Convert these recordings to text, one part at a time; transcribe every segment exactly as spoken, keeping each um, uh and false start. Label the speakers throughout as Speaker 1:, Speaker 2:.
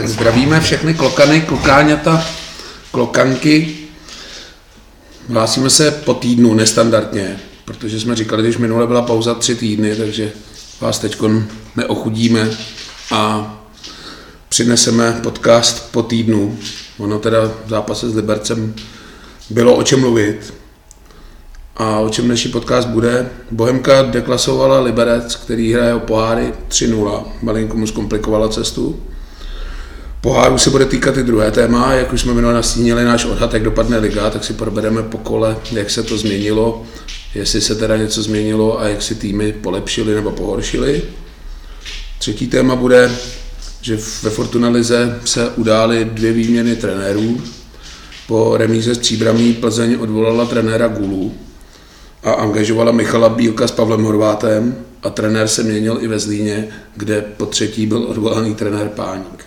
Speaker 1: Tak zdravíme všechny klokany, klokáňata, klokanky. Hlásíme se po týdnu nestandardně, protože jsme říkali, že minule byla pauza tři týdny, takže vás teď neochudíme a přineseme podcast po týdnu. Ono teda v zápase s Libercem bylo o čem mluvit. A o čem dnešní podcast bude? Bohemka deklasovala Liberec, který hraje o poháry tři nula. Malinko mu zkomplikovala cestu. Poháru se bude týkat i druhé téma. Jak už jsme minule nastínili náš odhad, jak dopadne liga, tak si probereme po kole, jak se to změnilo, jestli se teda něco změnilo a jak si týmy polepšily nebo pohoršily. Třetí téma bude, že ve Fortuna lize se udály dvě výměny trenérů. Po remíze s Příbramí Plzeň odvolala trenéra Gulu a angažovala Michala Bílka s Pavlem Horvátem a trenér se měnil i ve Zlíně, kde po třetí byl odvolaný trenér Páník.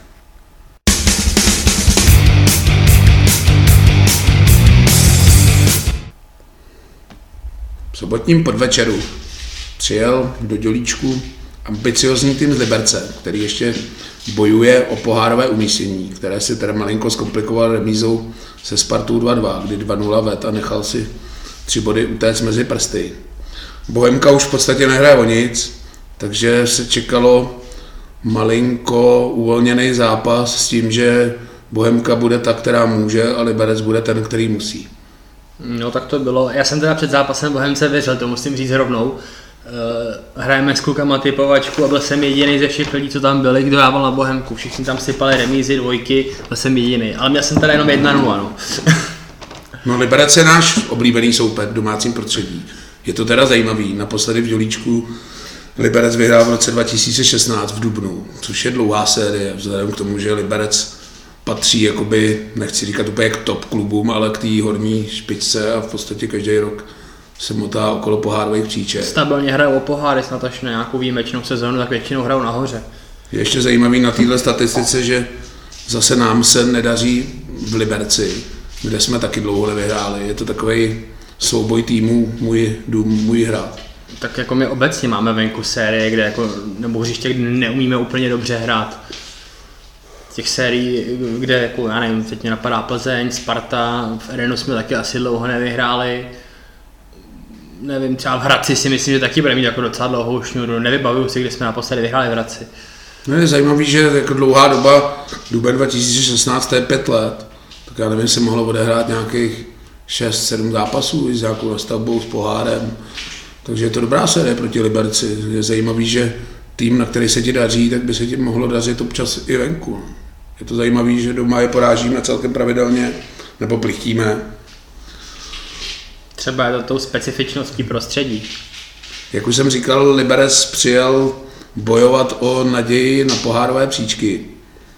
Speaker 1: V sobotním podvečeru přijel do Dělíčku ambiciozní tým z Liberce, který ještě bojuje o pohárové umístění, které si teda malinko zkomplikoval remízou se Spartou dva dva, kdy dva nula ved a nechal si tři body utéct mezi prsty. Bohemka už v podstatě nehraje o nic, takže se čekalo malinko uvolněný zápas s tím, že Bohemka bude ta, která může a Liberec bude ten, který musí.
Speaker 2: No tak to bylo. Já jsem teda před zápasem Bohemce věřil, to musím říct rovnou. Hrajeme s klukama typovačku a byl jsem jediný ze všech lidí, co tam byli, kdo dával na Bohemku. Všichni tam sypali remízy, dvojky, byl jsem jediný. Ale měl jsem teda jenom jedna nula. No.
Speaker 1: No Liberec je náš oblíbený soupeř v domácím prostředí. Je to teda zajímavý. Naposledy v Dělíčku Liberec vyhrál v roce dva tisíce šestnáct v dubnu, což je dlouhá série, vzhledem k tomu, že Liberec patří, jakoby, nechci říkat úplně k top klubům, ale k té horní špičce a v podstatě každý rok se motá okolo pohárových příček.
Speaker 2: Stabilně hrajou o poháry, snad až na nějakou výjimečnou sezónu, tak většinou hrajou nahoře.
Speaker 1: Je ještě zajímavý na této statistice, že zase nám se nedaří v Liberci, kde jsme taky dlouho nevyhráli. Je to takový souboj týmů, můj dům, můj hrad.
Speaker 2: Tak jako my obecně máme venku série, kde jako, nebo hřiště, kde neumíme úplně dobře hrát. Těch sérií, kde jako, já nevím, teď mě napadá Plzeň, Sparta, v Arenu jsme taky asi dlouho nevyhráli. Nevím, třeba v Hradci si myslím, že taky bude mít jako docela dlouhou šňůru. Nevybavuju si, kdy jsme naposledy vyhráli v Hradci.
Speaker 1: No je zajímavý, že jako dlouhá doba, duben dva tisíce šestnáct, to je pět let, tak já nevím, se mohlo odehrát nějakých šest sedm zápasů s nějakou nastavbou, s pohárem. Takže je to dobrá série proti Liberci. Je zajímavý, že tým, na který se ti daří, tak by se ti mohlo dařit občas i venku. Je to zajímavý, že doma je porážíme celkem pravidelně, nebo plichtíme.
Speaker 2: Třeba je to tou specifičností prostředí.
Speaker 1: Jak už jsem říkal, Liberec přijel bojovat o naději na pohárové příčky.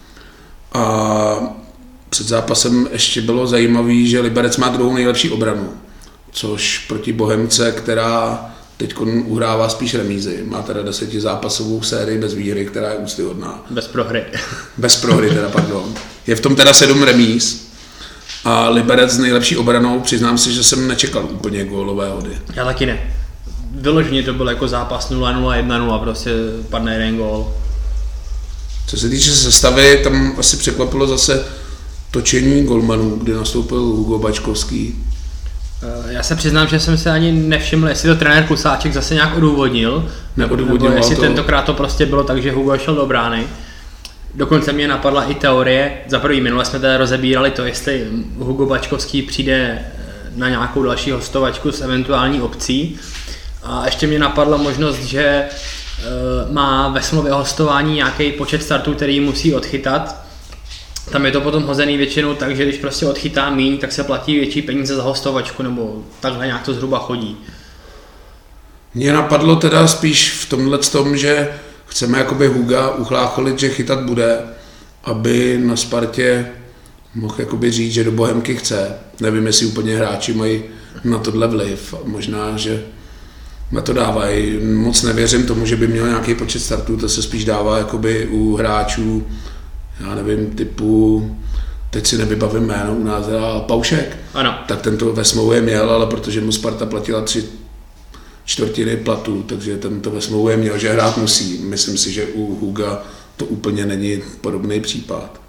Speaker 1: A před zápasem ještě bylo zajímavé, že Liberec má druhou nejlepší obranu, což proti Bohemce, která teď uhrává spíš remízy. Má teda desetizápasovou sérii bez výhry, která je úctyhodná.
Speaker 2: Bez prohry.
Speaker 1: Bez prohry teda, pardon. Je v tom teda sedm remíz. A Liberec s nejlepší obranou, přiznám si, že jsem nečekal úplně gólové hody.
Speaker 2: Já taky ne. Vyloženě to byl jako zápas nula nula jedna nula, prostě padne jeden gól.
Speaker 1: Co se týče sestavy, tam asi překvapilo zase točení golmanů, kdy nastoupil Hugo Bačkovský.
Speaker 2: Já se přiznám, že jsem se ani nevšiml, jestli to trenér Klusáček zase nějak odůvodnil,
Speaker 1: Neodůvodnil,
Speaker 2: nebo jestli
Speaker 1: to...
Speaker 2: tentokrát to prostě bylo tak, že Hugo šel do brány. Dokonce mě napadla i teorie, za první minule jsme teda rozebírali to, jestli Hugo Bačkovský přijde na nějakou další hostovačku s eventuální opcí. A ještě mě napadla možnost, že má ve smlouvě hostování nějaký počet startů, který musí odchytat. Tam je to potom hozený většinou tak, že když prostě odchytá míň, tak se platí větší peníze za hostovačku, nebo takhle nějak to zhruba chodí.
Speaker 1: Mně napadlo teda spíš v tomhle tom, že chceme jakoby Huga uchlácholit, že chytat bude, aby na Spartě mohl jakoby říct, že do Bohemky chce. Nevím, jestli úplně hráči mají na tohle vliv. Možná, že na to dávají. Moc nevěřím tomu, že by měl nějaký počet startů, to se spíš dává jakoby u hráčů, já nevím, typu, teď si nevybavím jméno, u nás a Paušek.
Speaker 2: Ano.
Speaker 1: Tak ten to ve smlouvě měl, ale protože mu Sparta platila tři čtvrtiny platu, takže ten to ve smlouvě měl, že hrát musí. Myslím si, že u Huga to úplně není podobný případ.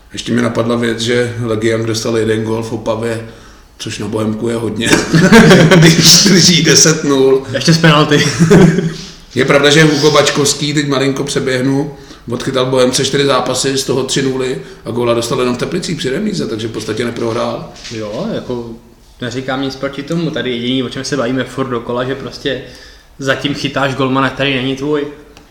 Speaker 1: Ještě mi napadla věc, že Legian dostal jeden gól v Opavě, což na Bohemku je hodně, když drží deset nula.
Speaker 2: Ještě z penalty.
Speaker 1: Je pravda, že Hugo Bačkovský, teď malinko přeběhnu, odchytal Bohemce čtyři zápasy, z toho tři nuly a góla dostal jenom v Teplicích při remíze, takže v podstatě neprohrál.
Speaker 2: Jo, jako neříkám nic proti tomu, tady jediný, o čem se bavíme furt dokola, že prostě zatím chytáš golmana, který není tvůj.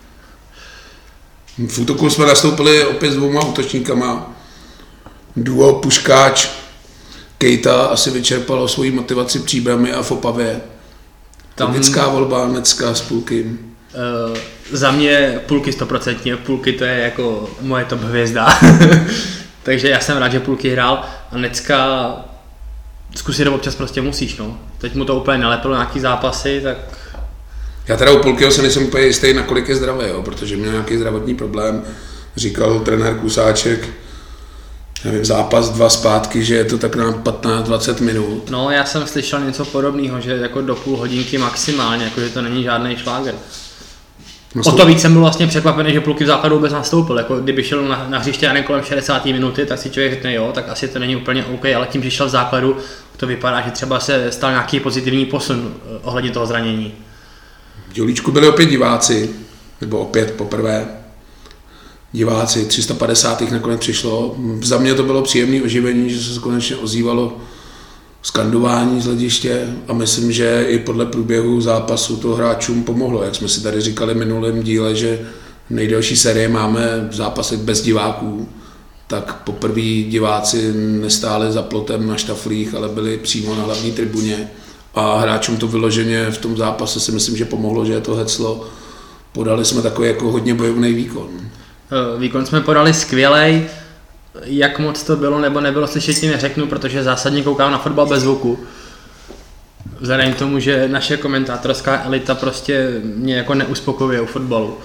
Speaker 1: V útoku jsme nastoupili opět s dvouma útočníkama. Duo Puškáč, Kejta asi vyčerpalo svoji motivaci příbramy a v Opavě. Tam... Logická volba, Necka s Pulkým.
Speaker 2: Uh, za mě Pulky stoprocentně, Pulky to je jako moje top hvězda. Takže já jsem rád, že Pulky hrál a Necka zkusit občas prostě musíš, no. Teď mu to úplně nalepilo nějaký zápasy, tak...
Speaker 1: Já teda u Pulkyho se nejsem úplně jistý, nakolik je zdravý, jo, protože měl nějaký zdravotní problém. Říkal trenér Kusáček, nevím, zápas dva zpátky, že je to tak na patnáct dvacet minut.
Speaker 2: No, já jsem slyšel něco podobného, že jako do půl hodinky maximálně, jako že to není žádný šláger. O to víc jsem byl vlastně překvapený, že Pulky v základu vůbec nastoupil. Jako kdyby šel na, na hřiště a kolem šedesáté minuty, tak si člověk řekne jo, tak asi to není úplně OK, ale tím, že šel v základu, to vypadá, že třeba se stal nějaký pozitivní posun ohledně toho zranění.
Speaker 1: V Dělíčku byli opět diváci, nebo opět poprvé. Diváci, tři sta padesát jich nakonec přišlo. Za mě to bylo příjemné oživení, že se konečně ozývalo skandování z hlediště a myslím, že i podle průběhu zápasu to hráčům pomohlo. Jak jsme si tady říkali v minulém díle, že nejdelší série máme v zápasech bez diváků, tak poprvé diváci nestáli za plotem na štaflích, ale byli přímo na hlavní tribuně a hráčům to vyloženě v tom zápase si myslím, že pomohlo, že je to heclo. Podali jsme takový jako hodně bojovný výkon.
Speaker 2: Výkon jsme podali skvělej, jak moc to bylo nebo nebylo slyšet, tím neřeknu, protože zásadně koukám na fotbal bez zvuku. Vzhledem k tomu, že naše komentátorská elita prostě mě jako neuspokojuje u fotbalu.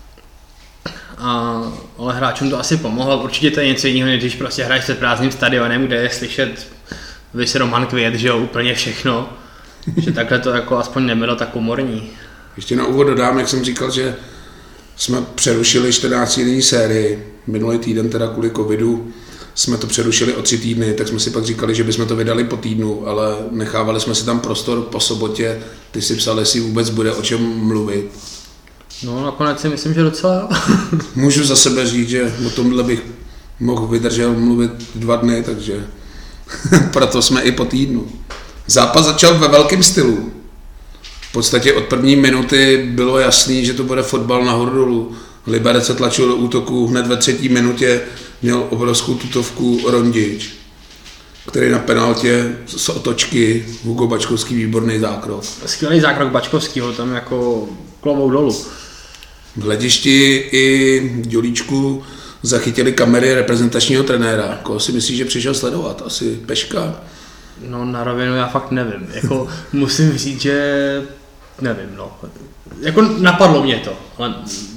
Speaker 2: A, ale hráčům to asi pomohlo, určitě to je něco jiného, než když prostě hraješ před prázdným stadionem, kde je slyšet vys Roman Květ, že jo, úplně všechno. Že takhle to jako aspoň nebylo tak humorní.
Speaker 1: Ještě na úvod dodám, jak jsem říkal, že jsme přerušili čtrnáctidenní sérii, minulý týden teda kvůli covidu jsme to přerušili o tři týdny, tak jsme si pak říkali, že bychom to vydali po týdnu, ale nechávali jsme si tam prostor po sobotě, ty si psal, jestli vůbec bude o čem mluvit.
Speaker 2: No nakonec si myslím, že docela.
Speaker 1: Můžu za sebe říct, že o tomhle bych mohl vydržet mluvit dva dny, takže proto jsme i po týdnu. Zápas začal ve velkém stylu. V podstatě od první minuty bylo jasný, že to bude fotbal nahoru dolů. Liberec se tlačil do útoku, hned ve třetí minutě měl obrovskou tutovku Rondič, který na penaltě z otočky Hugo Bačkovský výborný zákrok.
Speaker 2: Skvělý zákrok Bačkovskýho, tam jako klobouk dolů.
Speaker 1: V hledišti i Dělíčku zachytili kamery reprezentačního trenéra. Koho si myslíš, že přišel sledovat? Asi Peška?
Speaker 2: No na rovinu já fakt nevím. Jako musím říct, že nevím, no. Jako napadlo mě to, ale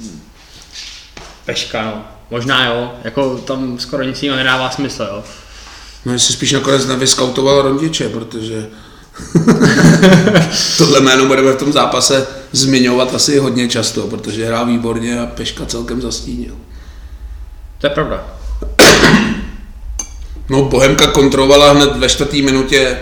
Speaker 2: Peška, no. Možná jo, jako tam skoro nic jiného nedává smysl, jo.
Speaker 1: No jestli spíš nakonec nevyskautoval Rondiče, protože tohle jméno budeme v tom zápase zmiňovat asi hodně často, protože hrál výborně a Peška celkem zastínil.
Speaker 2: To je pravda.
Speaker 1: No Bohemka kontrolovala hned ve čtvrtý minutě,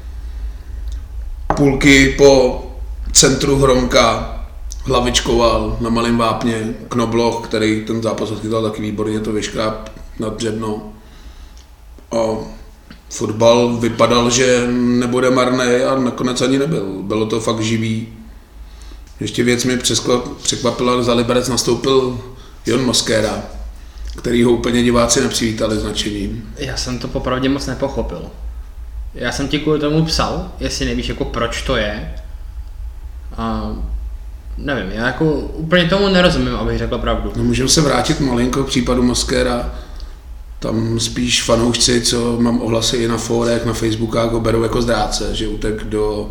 Speaker 1: Pulky po centru Hromka hlavičkoval na malém vápně Knobloch, který ten zápas odchytal taky výborně, to vyškráp nad břevno. A fotbal vypadal, že nebude marný a nakonec ani nebyl. Bylo to fakt živý. Ještě věc mě překvapila, za Liberec nastoupil Jon Mosquera, který ho úplně diváci nepřivítali značením.
Speaker 2: Já jsem to popravdě moc nepochopil. Já jsem ti kvůli tomu psal, jestli nevíš, jako proč to je. A nevím, já jako úplně tomu nerozumím, abych řekl pravdu.
Speaker 1: No, můžeme se vrátit malinko k případu Mosquera. Tam spíš fanoušci, co mám ohlasy i na fórech, na Facebookách, ho berou jako zdráce, že utek do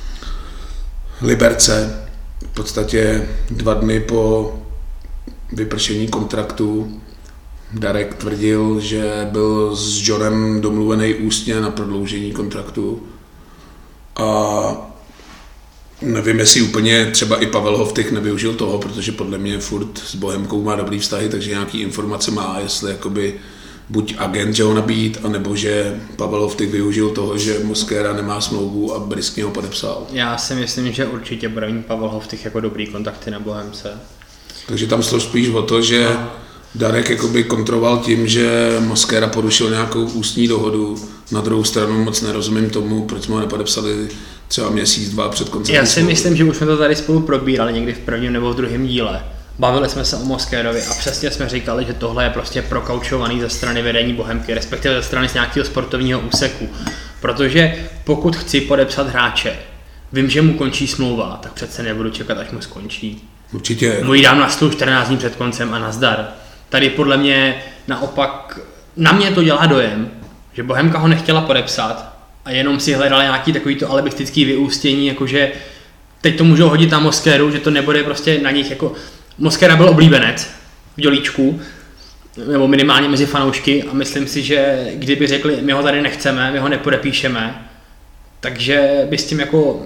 Speaker 1: Liberce. V podstatě dva dny po vypršení kontraktu Darek tvrdil, že byl s Johnem domluvený ústně na prodloužení kontraktu. A nevím, jestli úplně třeba i Pavel Hovtych nevyužil toho, protože podle mě furt s Bohemkou má dobrý vztahy, takže nějaký informace má, jestli jakoby buď agent, že ho nabít, anebo že Pavel Hovtik využil toho, že Mosquera nemá smlouvu a Briskně ho podepsal.
Speaker 2: Já si myslím, že určitě bude mít Pavel Hovtik jako dobrý kontakty na Bohemce.
Speaker 1: Takže tam šlo spíš o to, že Darek jakoby kontroval tím, že Mosquera porušil nějakou ústní dohodu. Na druhou stranu moc nerozumím tomu, proč jsme ho nepodepsali třeba měsíc, dva před koncem.
Speaker 2: Já si myslím, že už jsme to tady spolu probírali někdy v prvním nebo v druhém díle. Bavili jsme se o Mosquerovi a přesně jsme říkali, že tohle je prostě prokaučovaný ze strany vedení Bohemky, respektive ze strany z nějakého sportovního úseku. Protože pokud chci podepsat hráče, vím, že mu končí smlouva, tak přece nebudu čekat, až mu skončí.
Speaker 1: Určitě.
Speaker 2: Mu ji dám na stůl čtrnáct dní před koncem a nazdar. Tady podle mě naopak, na mě to dělá dojem, že Bohemka ho nechtěla podepsat a jenom si hledala nějaký takovýto alibistický vyústění, jakože teď to můžou hodit na Mosqueru, že to nebude prostě na nich jako... Mosquera byl oblíbenec v Dělíčku, nebo minimálně mezi fanoušky a myslím si, že kdyby řekli, my ho tady nechceme, my ho nepodepíšeme, takže by s tím jako uh,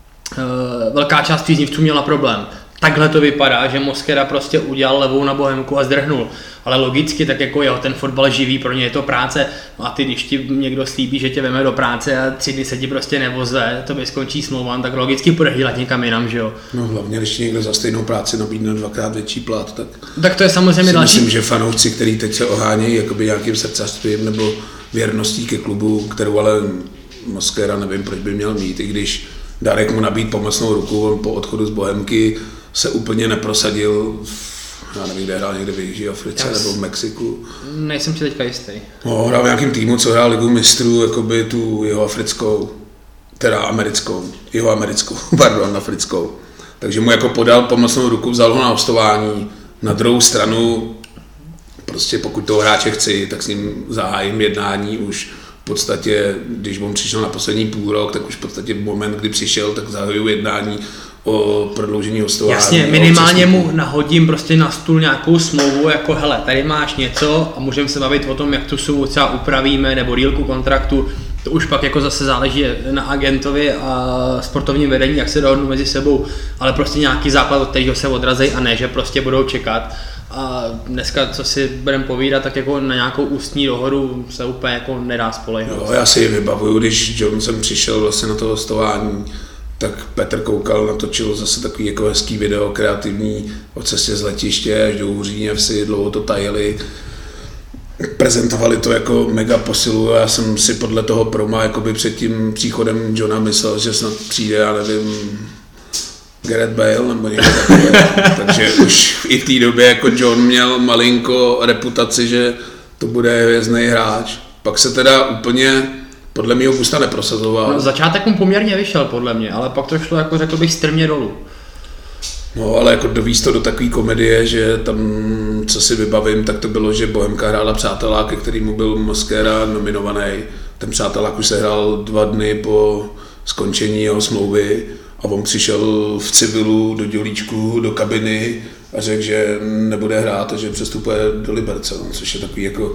Speaker 2: velká část příznivců měla problém. Takhle to vypadá, že Mosquera prostě udělal levou na Bohemku a zdrhnul. Ale logicky, tak jako jeho ten fotbal živý, pro ně je to práce. No a ty, když ti někdo slíbí, že tě veme do práce a tři dny se ti prostě nevozve, to by skončí smlouvám, tak logicky půjdeš dělat někam jinam, že jo?
Speaker 1: No hlavně, když ti někdo za stejnou práci nabídne dvakrát větší plat, tak...
Speaker 2: Tak to je samozřejmě další...
Speaker 1: Myslím, že fanoušci, kteří teď se ohánějí jakoby nějakým srdcařstvím nebo věrností ke klubu, kterou ale Mosquera nevím, proč by měl mít, i když Darek mu nabít pomocnou ruku, on po odchodu z Bohemky se úplně neprosadil, já nevím, kde hrál, někde v Jižní Africe
Speaker 2: Já
Speaker 1: nebo v Mexiku.
Speaker 2: Nejsem si teďka jistý.
Speaker 1: No, hrál v nějakém týmu, co hrál Ligu mistrů, jakoby tu jeho africkou, teda americkou, jeho americkou, pardon, africkou. Takže mu jako podal pomocnou ruku, vzal ho na hostování. Na druhou stranu, prostě pokud toho hráče chci, tak s ním zahájím jednání už v podstatě, když on přišel na poslední půl rok, tak už v podstatě v moment, kdy přišel, tak zahajuju jednání o prodloužení hostování.
Speaker 2: Jasně, minimálně mu nahodím prostě na stůl nějakou smlouvu, jako hele, tady máš něco a můžeme se bavit o tom, jak tu smlouvu třeba upravíme, nebo dílku kontraktu. To už pak jako zase záleží na agentovi a sportovním vedení, jak se dohodnou mezi sebou, ale prostě nějaký základ, od kterého se odrazí a ne, že prostě budou čekat. A dneska, co si budeme povídat, tak jako na nějakou ústní dohodu se úplně jako nedá spolehnout.
Speaker 1: Jo, já si vybavuju, když Johnson přišel vlastně na to hostování, tak Petr Koukal natočil zase takový jako hezký video, kreativní, o cestě z letiště až do Úříně vsi, dlouho to tajili. Prezentovali to jako mega posilu a já jsem si podle toho proma jakoby před tím příchodem Johna myslel, že snad přijde, já nevím, Gareth Bale nebo někdo takové. Takže už i v té době jako John měl malinko reputaci, že to bude hvězdný hráč. Pak se teda úplně podle mého gusta neprosazoval.
Speaker 2: No, začátek mu poměrně vyšel podle mě, ale pak to šlo jako řekl bych strmě dolů.
Speaker 1: No ale jako dovíz to do takové komedie, že tam, co si vybavím, tak to bylo, že Bohemka hrála Přátelák, ke kterému byl Mosquera nominovaný. Ten Přátelák už se hrál dva dny po skončení jeho smlouvy a on přišel v civilu do Dělíčku, do kabiny a řekl, že nebude hrát a že přestupuje do Liberce, no, což je takový jako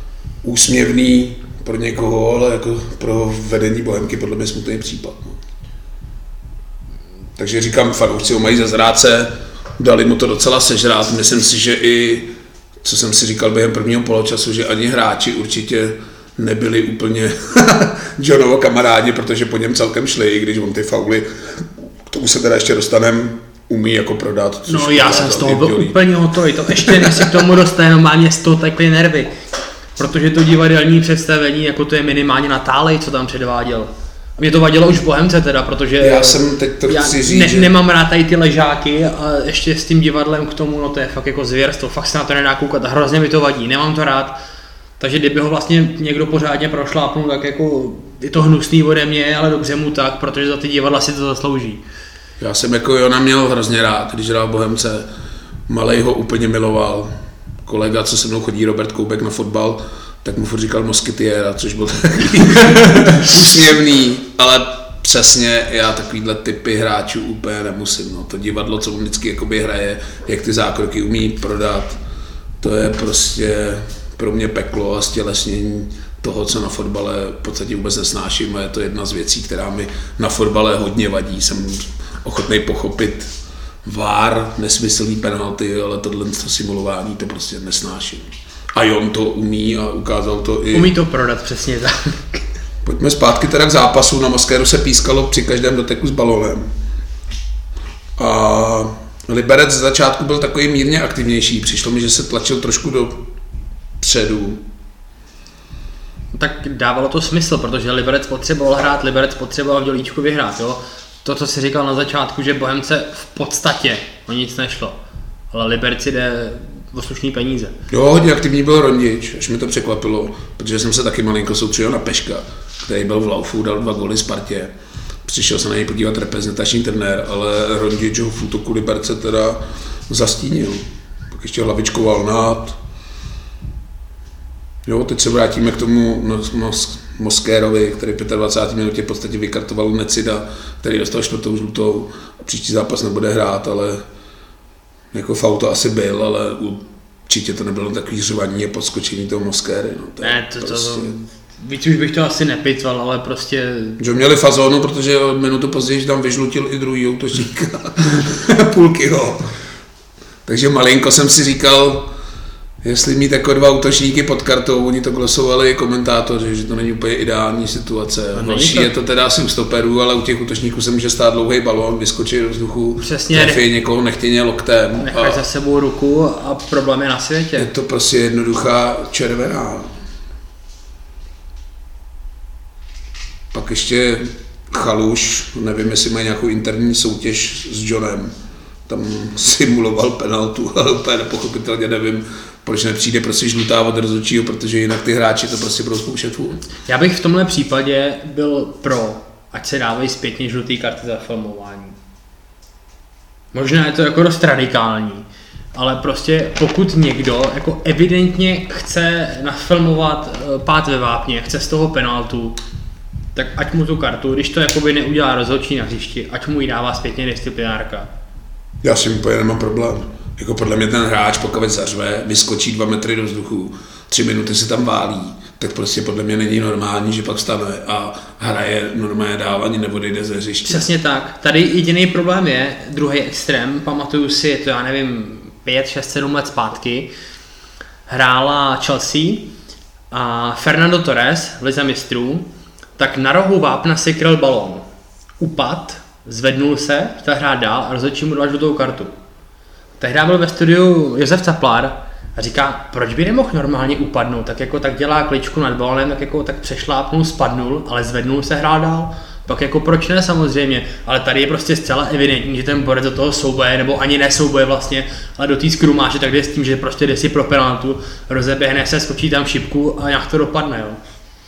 Speaker 1: úsměvný pro někoho, ale jako pro vedení Bohemky podle mě smutný případ. No. Takže říkám, fanoušci ho mají za zrádce, dali mu to docela sežrát. Myslím si, že i, co jsem si říkal během prvního poločasu, že ani hráči určitě nebyli úplně Johnovo kamarádi, protože po něm celkem šli, i když on ty fauly, k tomu se teda ještě dostanem, umí jako prodat.
Speaker 2: No já jsem z toho byl úplně hotový, to ještě než se k tomu dostane, normálně z toho tekly nervy. Protože to divadelní představení, jako to je minimálně na Tálej, co tam předváděl. Mě to vadilo už v Bohemce teda, protože
Speaker 1: já jsem teď to
Speaker 2: já
Speaker 1: chci říct,
Speaker 2: ne,
Speaker 1: že...
Speaker 2: nemám rád tady ty ležáky a ještě s tím divadlem k tomu, no to je fakt jako zvěrstvo, fakt se na to nedá koukat a hrozně mi to vadí, nemám to rád. Takže kdyby ho vlastně někdo pořádně prošlápnul, tak jako je to hnusný ode mě, ale dobře mu tak, protože za ty divadla si to zaslouží.
Speaker 1: Já jsem jako Jona měl hrozně rád, když hrál v Bohemce, malej ho úplně miloval. Kolega, co se mnou chodí, Robert Koubek na fotbal, tak mu furt říkal Moskytiera, což byl takový úsměvný, ale přesně já takovýhle typy hráčů úplně nemusím. No. To divadlo, co on vždycky jakoby hraje, jak ty zákroky umí prodat, to je prostě pro mě peklo a stělesnění toho, co na fotbale v podstatě vůbec nesnáším a je to jedna z věcí, která mi na fotbale hodně vadí. Jsem ochotný pochopit V A R, nesmyslný penalty, ale tohle simulování to prostě nesnáším. A on to umí a ukázal to i...
Speaker 2: Umí to prodat, přesně tak.
Speaker 1: Pojďme zpátky teda k zápasu. Na Moskéru se pískalo při každém doteku s balónem. A Liberec z začátku byl takový mírně aktivnější. Přišlo mi, že se tlačil trošku do předu.
Speaker 2: Tak dávalo to smysl, protože Liberec potřeboval hrát, Liberec potřeboval v Dělíčku vyhrát. Jo? To, co jsi říkal na začátku, že Bohemce v podstatě o nic nešlo. Ale Liberci jde o slušný peníze.
Speaker 1: Jo, hodně aktivní byl Rondič, až mi to překvapilo, protože jsem se taky malinko soustředil na Peška, který byl v laufu, dal dva góly Spartě. Přišel se na něj podívat reprezentační trenér, ale Rondič ho v útoku Liberce teda zastínil. Pak ještě hlavičkoval nad. Jo, teď se vrátíme k tomu Moskérovi, který v dvacáté pátý minutě v podstatě vykartoval Necida, který dostal čtvrtou žlutou a příští zápas nebude hrát, ale jako faul to asi byl, ale určitě to nebylo takový řvaní a podskočení toho Moskéry. No, to
Speaker 2: ne, to,
Speaker 1: prostě...
Speaker 2: to, víc už bych to asi nepitval, ale prostě...
Speaker 1: Že měli fazónu, protože minutu později tam vyžlutil i druhý útočníka, Půlkyho. Takže malinko jsem si říkal, jestli mít jako dva útočníky pod kartou, oni to glosovali komentátoři, že to není úplně ideální situace. Horší to... je to teda asi u stoperů, ale u těch útočníků se může stát dlouhý balón, vyskočit do vzduchu,
Speaker 2: přesně,
Speaker 1: trefí někoho nechtěně loktem.
Speaker 2: Necháš za sebou ruku a problém je na světě.
Speaker 1: Je to prostě jednoduchá červená. Pak ještě Chaluš, nevím, jestli mají nějakou interní soutěž s Johnem. Tam simuloval penaltu, ale úplně nepochopitelně nevím, proč nepřijde prostě žlutá od rozhodčího, protože jinak ty hráči to prostě budou zkoušet furt.
Speaker 2: Já bych v tomhle případě byl pro, ať se dávají zpětně žlutý karty za filmování. Možná je to jako dost radikální, ale prostě pokud někdo jako evidentně chce nafilmovat pád ve vápně, chce z toho penaltu, tak ať mu tu kartu, když to jakoby neudělá rozhodčí na hřišti, ať mu ji dává zpětně disciplinárka.
Speaker 1: Já si úplně nemám problém. Jako podle mě ten hráč, pokud zařve, vyskočí dva metry do vzduchu, tři minuty se tam válí, tak prostě podle mě není normální, že pak vstane a hraje normálně dál, ani neodejde ze hřiště.
Speaker 2: Přesně tak. Tady jediný problém je, druhý extrém, pamatuju si, je to já nevím, pět, šest, sedm let zpátky, hrála Chelsea a Fernando Torres v lize mistrů, tak na rohu vápna si kryl balón. Upad, zvednul se, chtěl hrát dál a rozhodčí mu dal žlutou kartu. Tehdy byl ve studiu Josef Caplár a říká, proč by nemohl normálně upadnout, tak jako tak dělá kličku nad balónem, tak jako tak přešlápnul, spadnul, ale zvednul se, hrál dál. Pak jako proč ne samozřejmě, ale tady je prostě zcela evidentní, že ten borec do toho souboje, nebo ani nesouboje vlastně, ale do té skrumáže, tak jde s tím, že prostě jde si pro penaltu, rozeběhne se, skočí tam šipku a nějak to dopadne. Jo.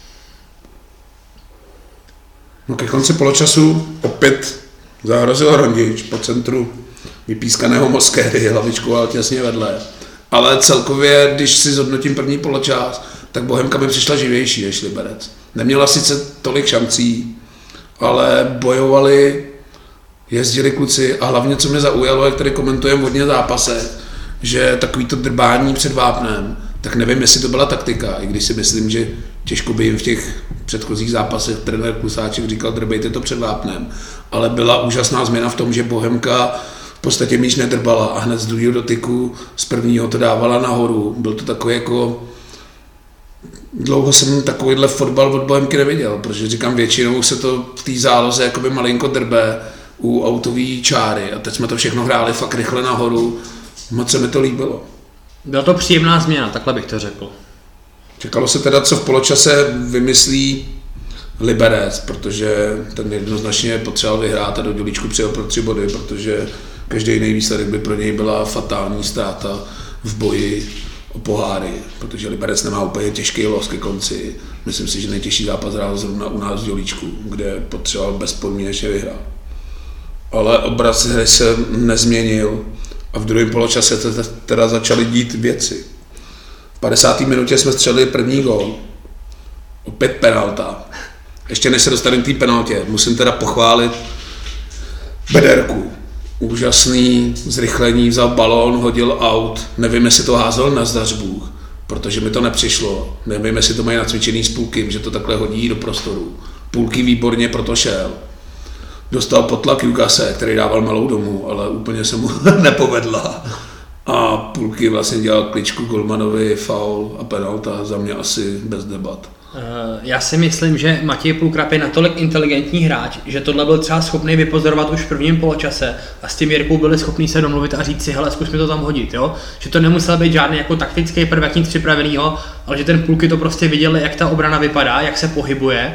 Speaker 1: No ke konci poločasu opět zahrozil Rondič po centru vypískaného Moskéry, hlavičkoval těsně vedle. Ale celkově, když si zhodnotím první poločas, tak Bohemka mi přišla živější než Liberec. Neměla sice tolik šancí, ale bojovali, jezdili kluci a hlavně, co mě zaujalo, jak tady komentujeme hodně zápasech, že takový to drbání před vápnem, tak nevím, jestli to byla taktika, i když si myslím, že těžko by jim v těch předchozích zápasech trenér Klusáček říkal, drbejte to před vápnem, ale byla úžasná změna v tom, že Bohemka v podstatě míč nedrbala a hned z druhého dotyku z prvního to dávala nahoru. Byl to takový jako... Dlouho jsem takovýhle fotbal od Bohemky neviděl, protože říkám, většinou se to v té záloze jakoby malinko drbe u autový čáry a teď jsme to všechno hráli fakt rychle nahoru. Moc se mi to líbilo.
Speaker 2: Byla to příjemná změna, takhle bych to řekl.
Speaker 1: Čekalo se teda, co v poločase vymyslí Liberec, protože ten jednoznačně potřeboval vyhrát a do Dělíčku přijel pro tři body, protože každý jiný výsledek by pro něj byla fatální ztráta v boji o poháry, protože Liberec nemá úplně těžký los ke konci. Myslím si, že nejtěžší zápas hrál zrovna u nás v Dělíčku, kde potřeboval bezpodmínečně vyhrát. Ale obraz hry se nezměnil a v druhém poločase teda začaly dít věci. V padesáté minutě jsme střelili první gól, opět penalta. Ještě než se dostaneme k té penaltě, musím teda pochválit Bederku. Úžasný zrychlení, vzal balón, hodil out, nevím, jestli to házel na zdařbůh, protože mi to nepřišlo, nevím, jestli to mají nacvičený s Půlkym, že to takhle hodí do prostoru. Půlky výborně proto šel. Dostal potlak Jugase, který dával malou domů, ale úplně se mu nepovedla. A Půlky vlastně dělal kličku golmanovi, faul a penalta, za mě asi bez debat.
Speaker 2: Já si myslím, že Matěj Půlkrab je natolik inteligentní hráč, že tohle byl třeba schopný vypozorovat už v prvním poločase a s tím Jirkou byli schopní se domluvit a říct si, hele, zkus mi to tam hodit, jo? Že to nemusel být žádný jako taktický prvek nic připravenýho, ale že ten Půlky to prostě viděl, jak ta obrana vypadá, jak se pohybuje.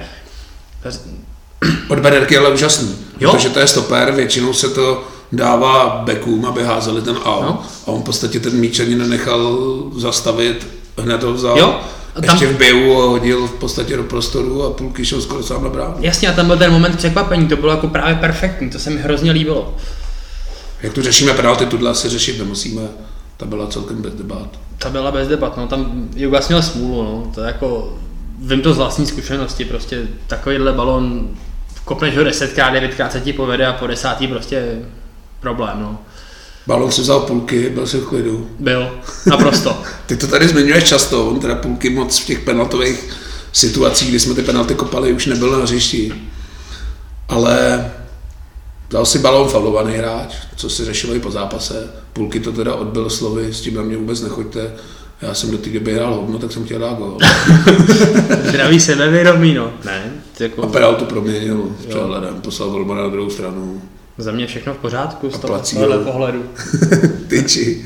Speaker 1: Od Bederky je ale úžasný,
Speaker 2: jo?
Speaker 1: Protože to je stoper, většinou se to dává backům, aby házeli ten out no. A on v podstatě ten míč ani nenechal zastavit, hned ho vzal.
Speaker 2: Jo? Tam...
Speaker 1: Ještě v běhu a hodil v podstatě do prostoru a Půlky šel skoro sám na bránu.
Speaker 2: Jasně, a tam byl ten moment překvapení, to bylo jako právě perfektní, to se mi hrozně líbilo.
Speaker 1: Jak tu řešíme penalty, tuhle asi řešit nemusíme, ta byla celkem bez debat.
Speaker 2: Ta byla bez debat, no, tam Jugas měl smůlu, no, to je jako, vím to z vlastní zkušenosti, prostě takovýhle balon, kopneš ho desetkrát, devětkrát se ti povede a po desátý prostě problém, no.
Speaker 1: Balon si vzal Půlky, byl si v klidu.
Speaker 2: Byl, naprosto.
Speaker 1: Ty to tady zmiňuješ často, on teda Půlky moc v těch penaltových situacích, kdy jsme ty penalty kopali, už nebyl na hřišti. Ale dal si balón faulovaný hráč, co si řešilo i po zápase. Půlky to teda odbil slovy, s tím na mě vůbec nechoďte. Já jsem do té doby hrál hovno, tak jsem chtěl dát gól.
Speaker 2: Zdraví sebevědomí, no. Ne,
Speaker 1: jako... A penaltu proměnil s přehledem, poslal golmana na druhou stranu.
Speaker 2: Za mě všechno v pořádku z tohohle pohledu.
Speaker 1: Tyči.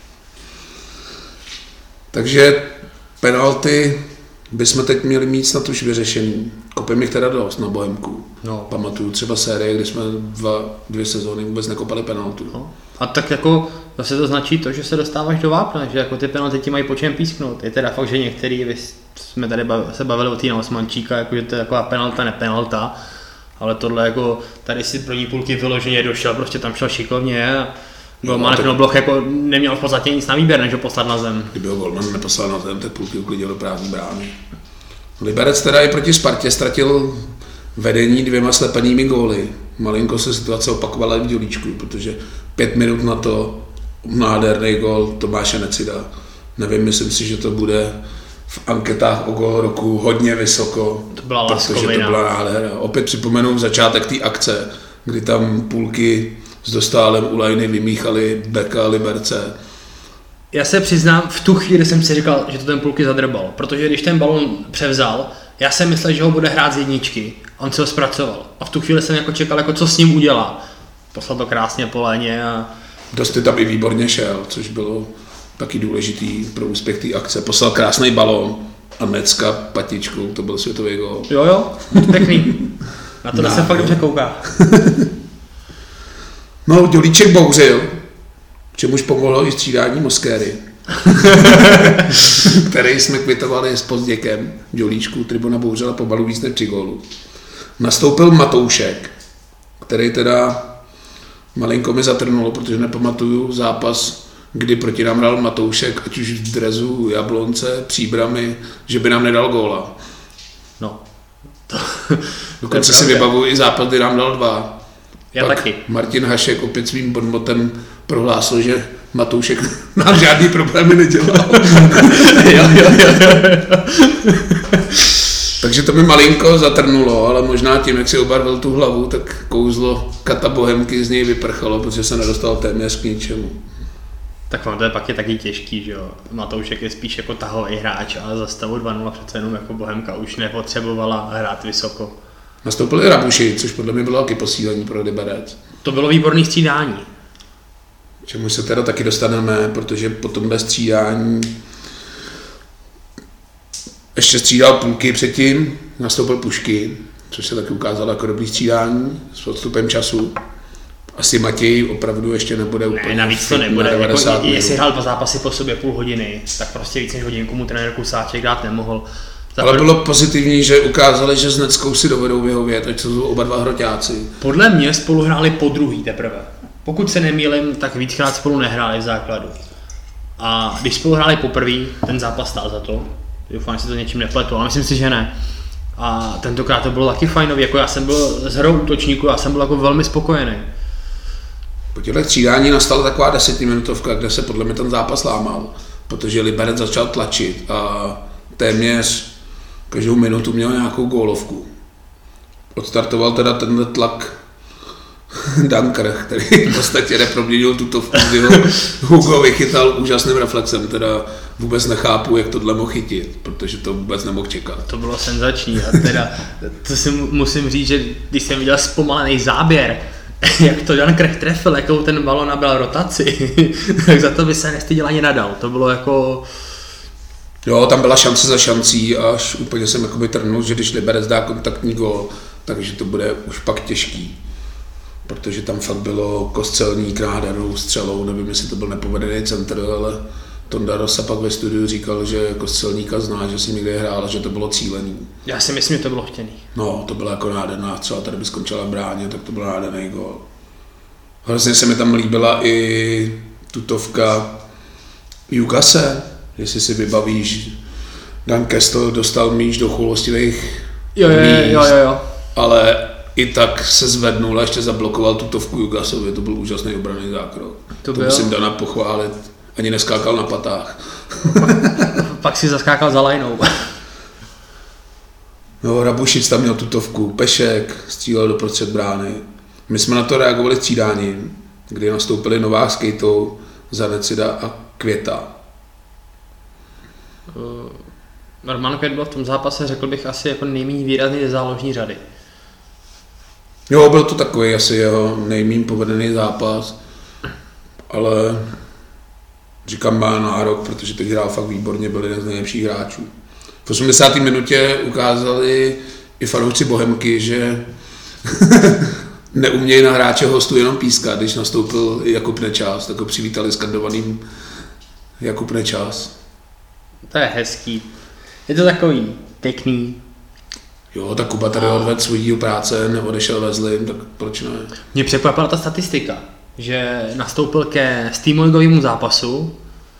Speaker 1: Takže penalty bychom teď měli mít snad už vyřešený. Kopím jich teda dost na Bohemku. No. Pamatuju třeba série, kdy jsme dva, dvě sezóny vůbec nekopali penaltu. No.
Speaker 2: A tak jako zase to značí to, že se dostáváš do vápna, že jako ty penalty ti mají po čem písknout. Je teda fakt, že některý, vy jsme tady bav, se bavili o týna Osmančíka, jako že to je taková penalta, ne penalta. Ale tohle jako, tady si pro ní Půlky vyloženě došel, prostě tam šel šikovně a golman no, Knobloch jako neměl v podstatě nic na výběr, než ho poslat na zem.
Speaker 1: Kdyby ho golman neposlal na zem, tak Půlky uklidil do prázdné brány. Liberec teda i proti Spartě ztratil vedení dvěma slepenými góly. Malinko se situace opakovala i v Dělíčku, protože pět minut na to nádherný gól Tomáše Necida. Nevím, myslím si, že to bude v anketách o gól roku hodně vysoko,
Speaker 2: to byla
Speaker 1: protože to byla nádhera. Opět připomenu začátek té akce, kdy tam Půlky s Dostálem u lajny vymíchali beka Liberce.
Speaker 2: Já se přiznám, v tu chvíli jsem si říkal, že to ten Půlky zadrbal, protože když ten balon převzal, já jsem myslel, že ho bude hrát z jedničky, on se ho zpracoval a v tu chvíli jsem jako čekal, jako co s ním udělá. Poslal to krásně po léně a...
Speaker 1: Dosty tam i výborně šel, což bylo taky důležitý pro úspěch té akce. Poslal krásný balón a Necka patičkou, to byl světový gól.
Speaker 2: Jo jo, pěkný. Na to se fakt dobře kouká.
Speaker 1: No, Dělíček bouřil, čemuž pomohlo i střídání Moskéry, který jsme kvitovali s Pozděkem v Dělíčku. Tribuna bouřila pomalu víc než tři gólu. Nastoupil Matoušek, který teda malinko mi zatrnulo, protože nepamatuju zápas, kdy proti nám hrál Matoušek, ať už v drezu, Jablonce, Příbrami, že by nám nedal góla.
Speaker 2: No.
Speaker 1: To, Dokonce si vybavuju i zápas, kdy nám dal dva.
Speaker 2: Já
Speaker 1: Pak
Speaker 2: taky.
Speaker 1: Martin Hašek opět svým bonmotem prohlásil, že Matoušek nám žádný problémy nedělal.
Speaker 2: jo, jo, jo, jo.
Speaker 1: Takže to mi malinko zatrnulo, ale možná tím, jak si obarvil tu hlavu, tak kouzlo Kata Bohemky z něj vyprchalo, protože se nedostal téměř k ničemu.
Speaker 2: Tak vám to je pak je taky těžký, že jo. Matoušek je spíš jako tahový hráč, ale za stavu dva nula přece jenom jako Bohemka už nepotřebovala hrát vysoko.
Speaker 1: Nastoupili Rabuši, což podle mě bylo taky posílení pro Liberec.
Speaker 2: To bylo výborné střídání.
Speaker 1: Čemu se teda taky dostaneme, protože potom bez střídání ještě střídal Půlky předtím, nastoupil Pušky, což se taky ukázalo jako dobrý střídání s odstupem času. Asi Matěj opravdu ještě nebude úplně.
Speaker 2: Ne, navíc to nebude. Jako, jestli hrál dva zápasy po sobě půl hodiny, tak prostě víc než hodinku mu trenér Kusáček dát nemohl.
Speaker 1: Za Ale bylo pozitivní, že ukázali, že s Neckou si dovedou vyhovět, ať jsou oba dva hroťáci.
Speaker 2: Podle mě spolu hráli po druhý teprve. Pokud se nemýlím, tak víckrát spolu nehráli v základu. A když spolu hráli poprvé, ten zápas stál za to. Doufám, že si to něčím nepletu, ale myslím si, že ne. A tentokrát to bylo taky fajnový, jako já jsem byl z hrou útočníku, já jsem byl jako velmi spokojený.
Speaker 1: Po těchto střídání nastala taková desetiminutovka, kde se podle mě ten zápas lámal, protože Liberec začal tlačit a téměř každou minutu měl nějakou gólovku. Odstartoval teda tenhle tlak Dunker, který v podstatě neproměnil tutovku, kdy ho Hugo vychytal úžasným reflexem, teda vůbec nechápu, jak tohle mohl chytit, protože to vůbec nemohl čekat.
Speaker 2: To bylo senzační a teda, to si musím říct, že když jsem viděl zpomalený záběr, jak to Dunker trefil, jakou ten balon nabral rotaci, tak za to by se nestyděl ani nadal, to bylo jako...
Speaker 1: Jo, tam byla šance za šancí, až úplně jsem jakoby trhnul, že když Liberec dá kontaktní gól, takže to bude už pak těžký. Protože tam fakt bylo Kostelník nádhernou střelou, nevím, jestli to byl nepovedený centr, ale Tonda Rosa pak ve studiu říkal, že Kostelníka zná, že si někde hrál a že to bylo cílený.
Speaker 2: Já si myslím, že to bylo chtěný.
Speaker 1: No, to byla jako nádherná střela, tady by skončila v bráně, tak to byl nádherný gól. Hrozně se mi tam líbila i tutovka Jugase, jestli si vybavíš, Dan Kestel dostal míč do chulostivých
Speaker 2: jo, jo,
Speaker 1: míst,
Speaker 2: jo, jo, jo.
Speaker 1: ale i tak se zvednul a ještě zablokoval tutovku Jugasovi, to byl úžasný obranný zákrok. To, to musím Dana pochválit, ani neskákal na patách.
Speaker 2: Pak si zaskákal za lajnou.
Speaker 1: No, Rabušic tam měl tutovku, Pešek střílel do prostřed brány. My jsme na to reagovali střídáním, kdy nastoupili Novák s Kejtou, Zanecida a Květa.
Speaker 2: Roman Květ byl v tom zápase, řekl bych, asi jako nejméně výrazný ze záložní řady.
Speaker 1: Jo, byl to takový asi jeho nejméně povedený zápas, ale říkám, má nárok, protože teď hrál fakt výborně, byl jeden z nejlepších hráčů. V osmdesáté minutě ukázali i fanoušci Bohemky, že neumějí na hráče hostu jenom pískat, když nastoupil Jakub Nečas, tak ho přivítali skandovaným Jakub Nečas.
Speaker 2: To je hezký. Je to takový pěkný.
Speaker 1: Jo, tak Kuba tady odvedl svůj díl práce, neodešel ve zlým, tak proč ne?
Speaker 2: Mě překvapila ta statistika, že nastoupil ke steamligovému zápasu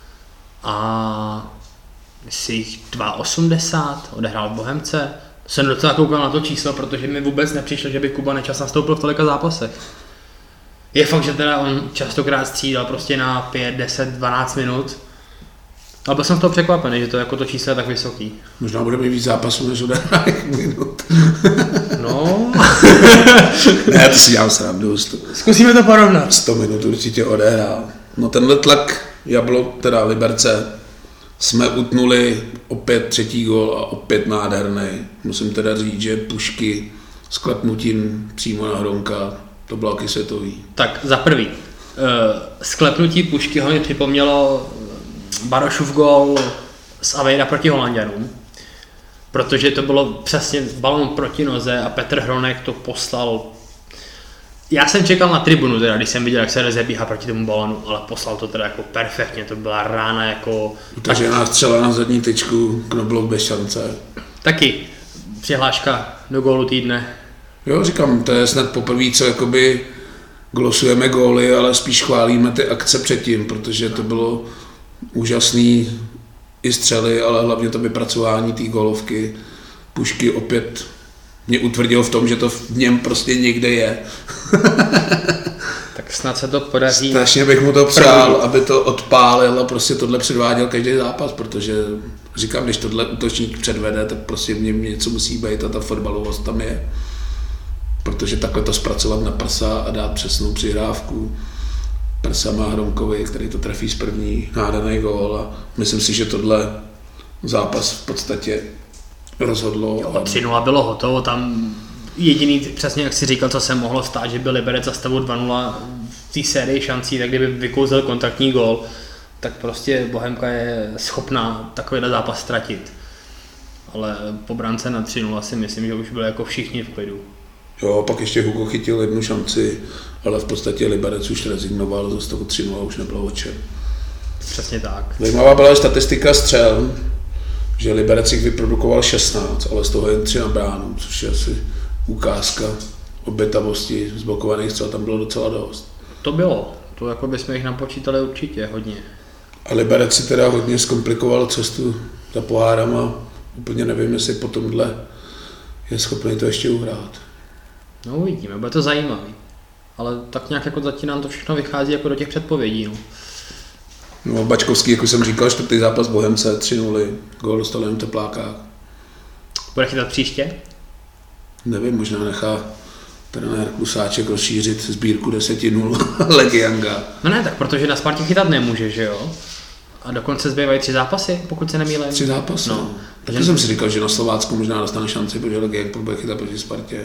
Speaker 2: a si jich osmdesát dva odehrál v Bohemce. Jsem docela koukal na to číslo, protože mi vůbec nepřišlo, že by Kuba Nečas nastoupil v tolika zápasech. Je fakt, že teda on častokrát střídal prostě na pět, deset, dvanáct minut. Ale byl jsem z toho překvapený, že to jako to číslo je tak vysoký.
Speaker 1: Možná bude mít víc zápasů než odehraných minut.
Speaker 2: No.
Speaker 1: Ne, to si dělám srandu.
Speaker 2: Zkusíme to porovnat.
Speaker 1: sto minut určitě odehrál. No tenhle tlak Jablok, teda Liberce, jsme utnuli opět třetí gól a opět nádherný. Musím teda říct, že pušky s klepnutím přímo na Hronka, to bylo taky světový.
Speaker 2: Tak za prvý, sklepnutí pušky ho mi připomnělo Barošův gól z Avejda proti Holanďanům, protože to bylo přesně balon proti noze a Petr Hronek to poslal. Já jsem čekal na tribunu, teda, když jsem viděl, jak se rozebíhá proti tomu balonu, ale poslal to teda jako perfektně, to byla rána jako...
Speaker 1: Takže nás střela na zadní tyčku, Knoblauch bez šance.
Speaker 2: Taky přihláška do gólu týdne.
Speaker 1: Jo, říkám, to je snad poprvé, co jakoby glosujeme góly, ale spíš chválíme ty akce předtím, protože to bylo úžasný i střely, ale hlavně to vypracování té gólovky. Pušky opět mě utvrdil v tom, že to v něm prostě někde je.
Speaker 2: Tak snad se to podaří.
Speaker 1: Strašně bych mu to přál, aby to odpálil a prostě tohle předváděl každý zápas, protože říkám, když tohle útočník předvede, tak prostě v něm něco musí být a ta fotbalovost tam je. Protože takhle to zpracovat na prsa a dát přesnou přihrávku prsama Hronkovi, který to trefí z první, nádherný gól a myslím si, že tohle zápas v podstatě rozhodlo.
Speaker 2: Jo, tři nula bylo hotovo, tam jediný, přesně jak si říkal, co se mohlo stát, že by Liberec za stavu dva nula v té sérii šancí, tak kdyby vykouzel kontaktní gól, tak prostě Bohemka je schopná takovýhle zápas ztratit. Ale po brance na tři nula si myslím, že už byli jako všichni v klidu.
Speaker 1: Jo, pak ještě Hugo chytil jednu šanci, ale v podstatě Liberec už rezignoval, za stavu tři nula už nebylo o čem.
Speaker 2: Přesně tak.
Speaker 1: Zajímavá byla statistika střel, že Liberec jich vyprodukoval šestnáct, ale z toho jen tři na bránu, což je asi ukázka obětavosti, zblokovaných střel tam bylo docela dost.
Speaker 2: To bylo, to jako bychom jich napočítali určitě hodně.
Speaker 1: A Liberec si teda hodně zkomplikoval cestu za pohárem a úplně nevím, jestli po tomhle je schopný to ještě uhrát.
Speaker 2: No uvidíme, bude to zajímavý. Ale tak nějak jako zatím nám to všechno vychází jako do těch předpovědí. No.
Speaker 1: No, Bačkovský, jako jsem říkal, čtvrtý zápas Bohemce, tři nuly, gól dostal jen v teplákách.
Speaker 2: Bude chytat příště?
Speaker 1: Nevím, možná nechá trenér Klusáček rozšířit sbírku deset nula Legianga.
Speaker 2: No ne, tak protože na Spartě chytat nemůže, že jo? A dokonce zbývají tři zápasy, pokud se nemýlím.
Speaker 1: Tři zápasy. No. Takže takže jsem si říkal, že na Slovácku možná dostane šanci, protože Legiang bude chytat proti Spartě.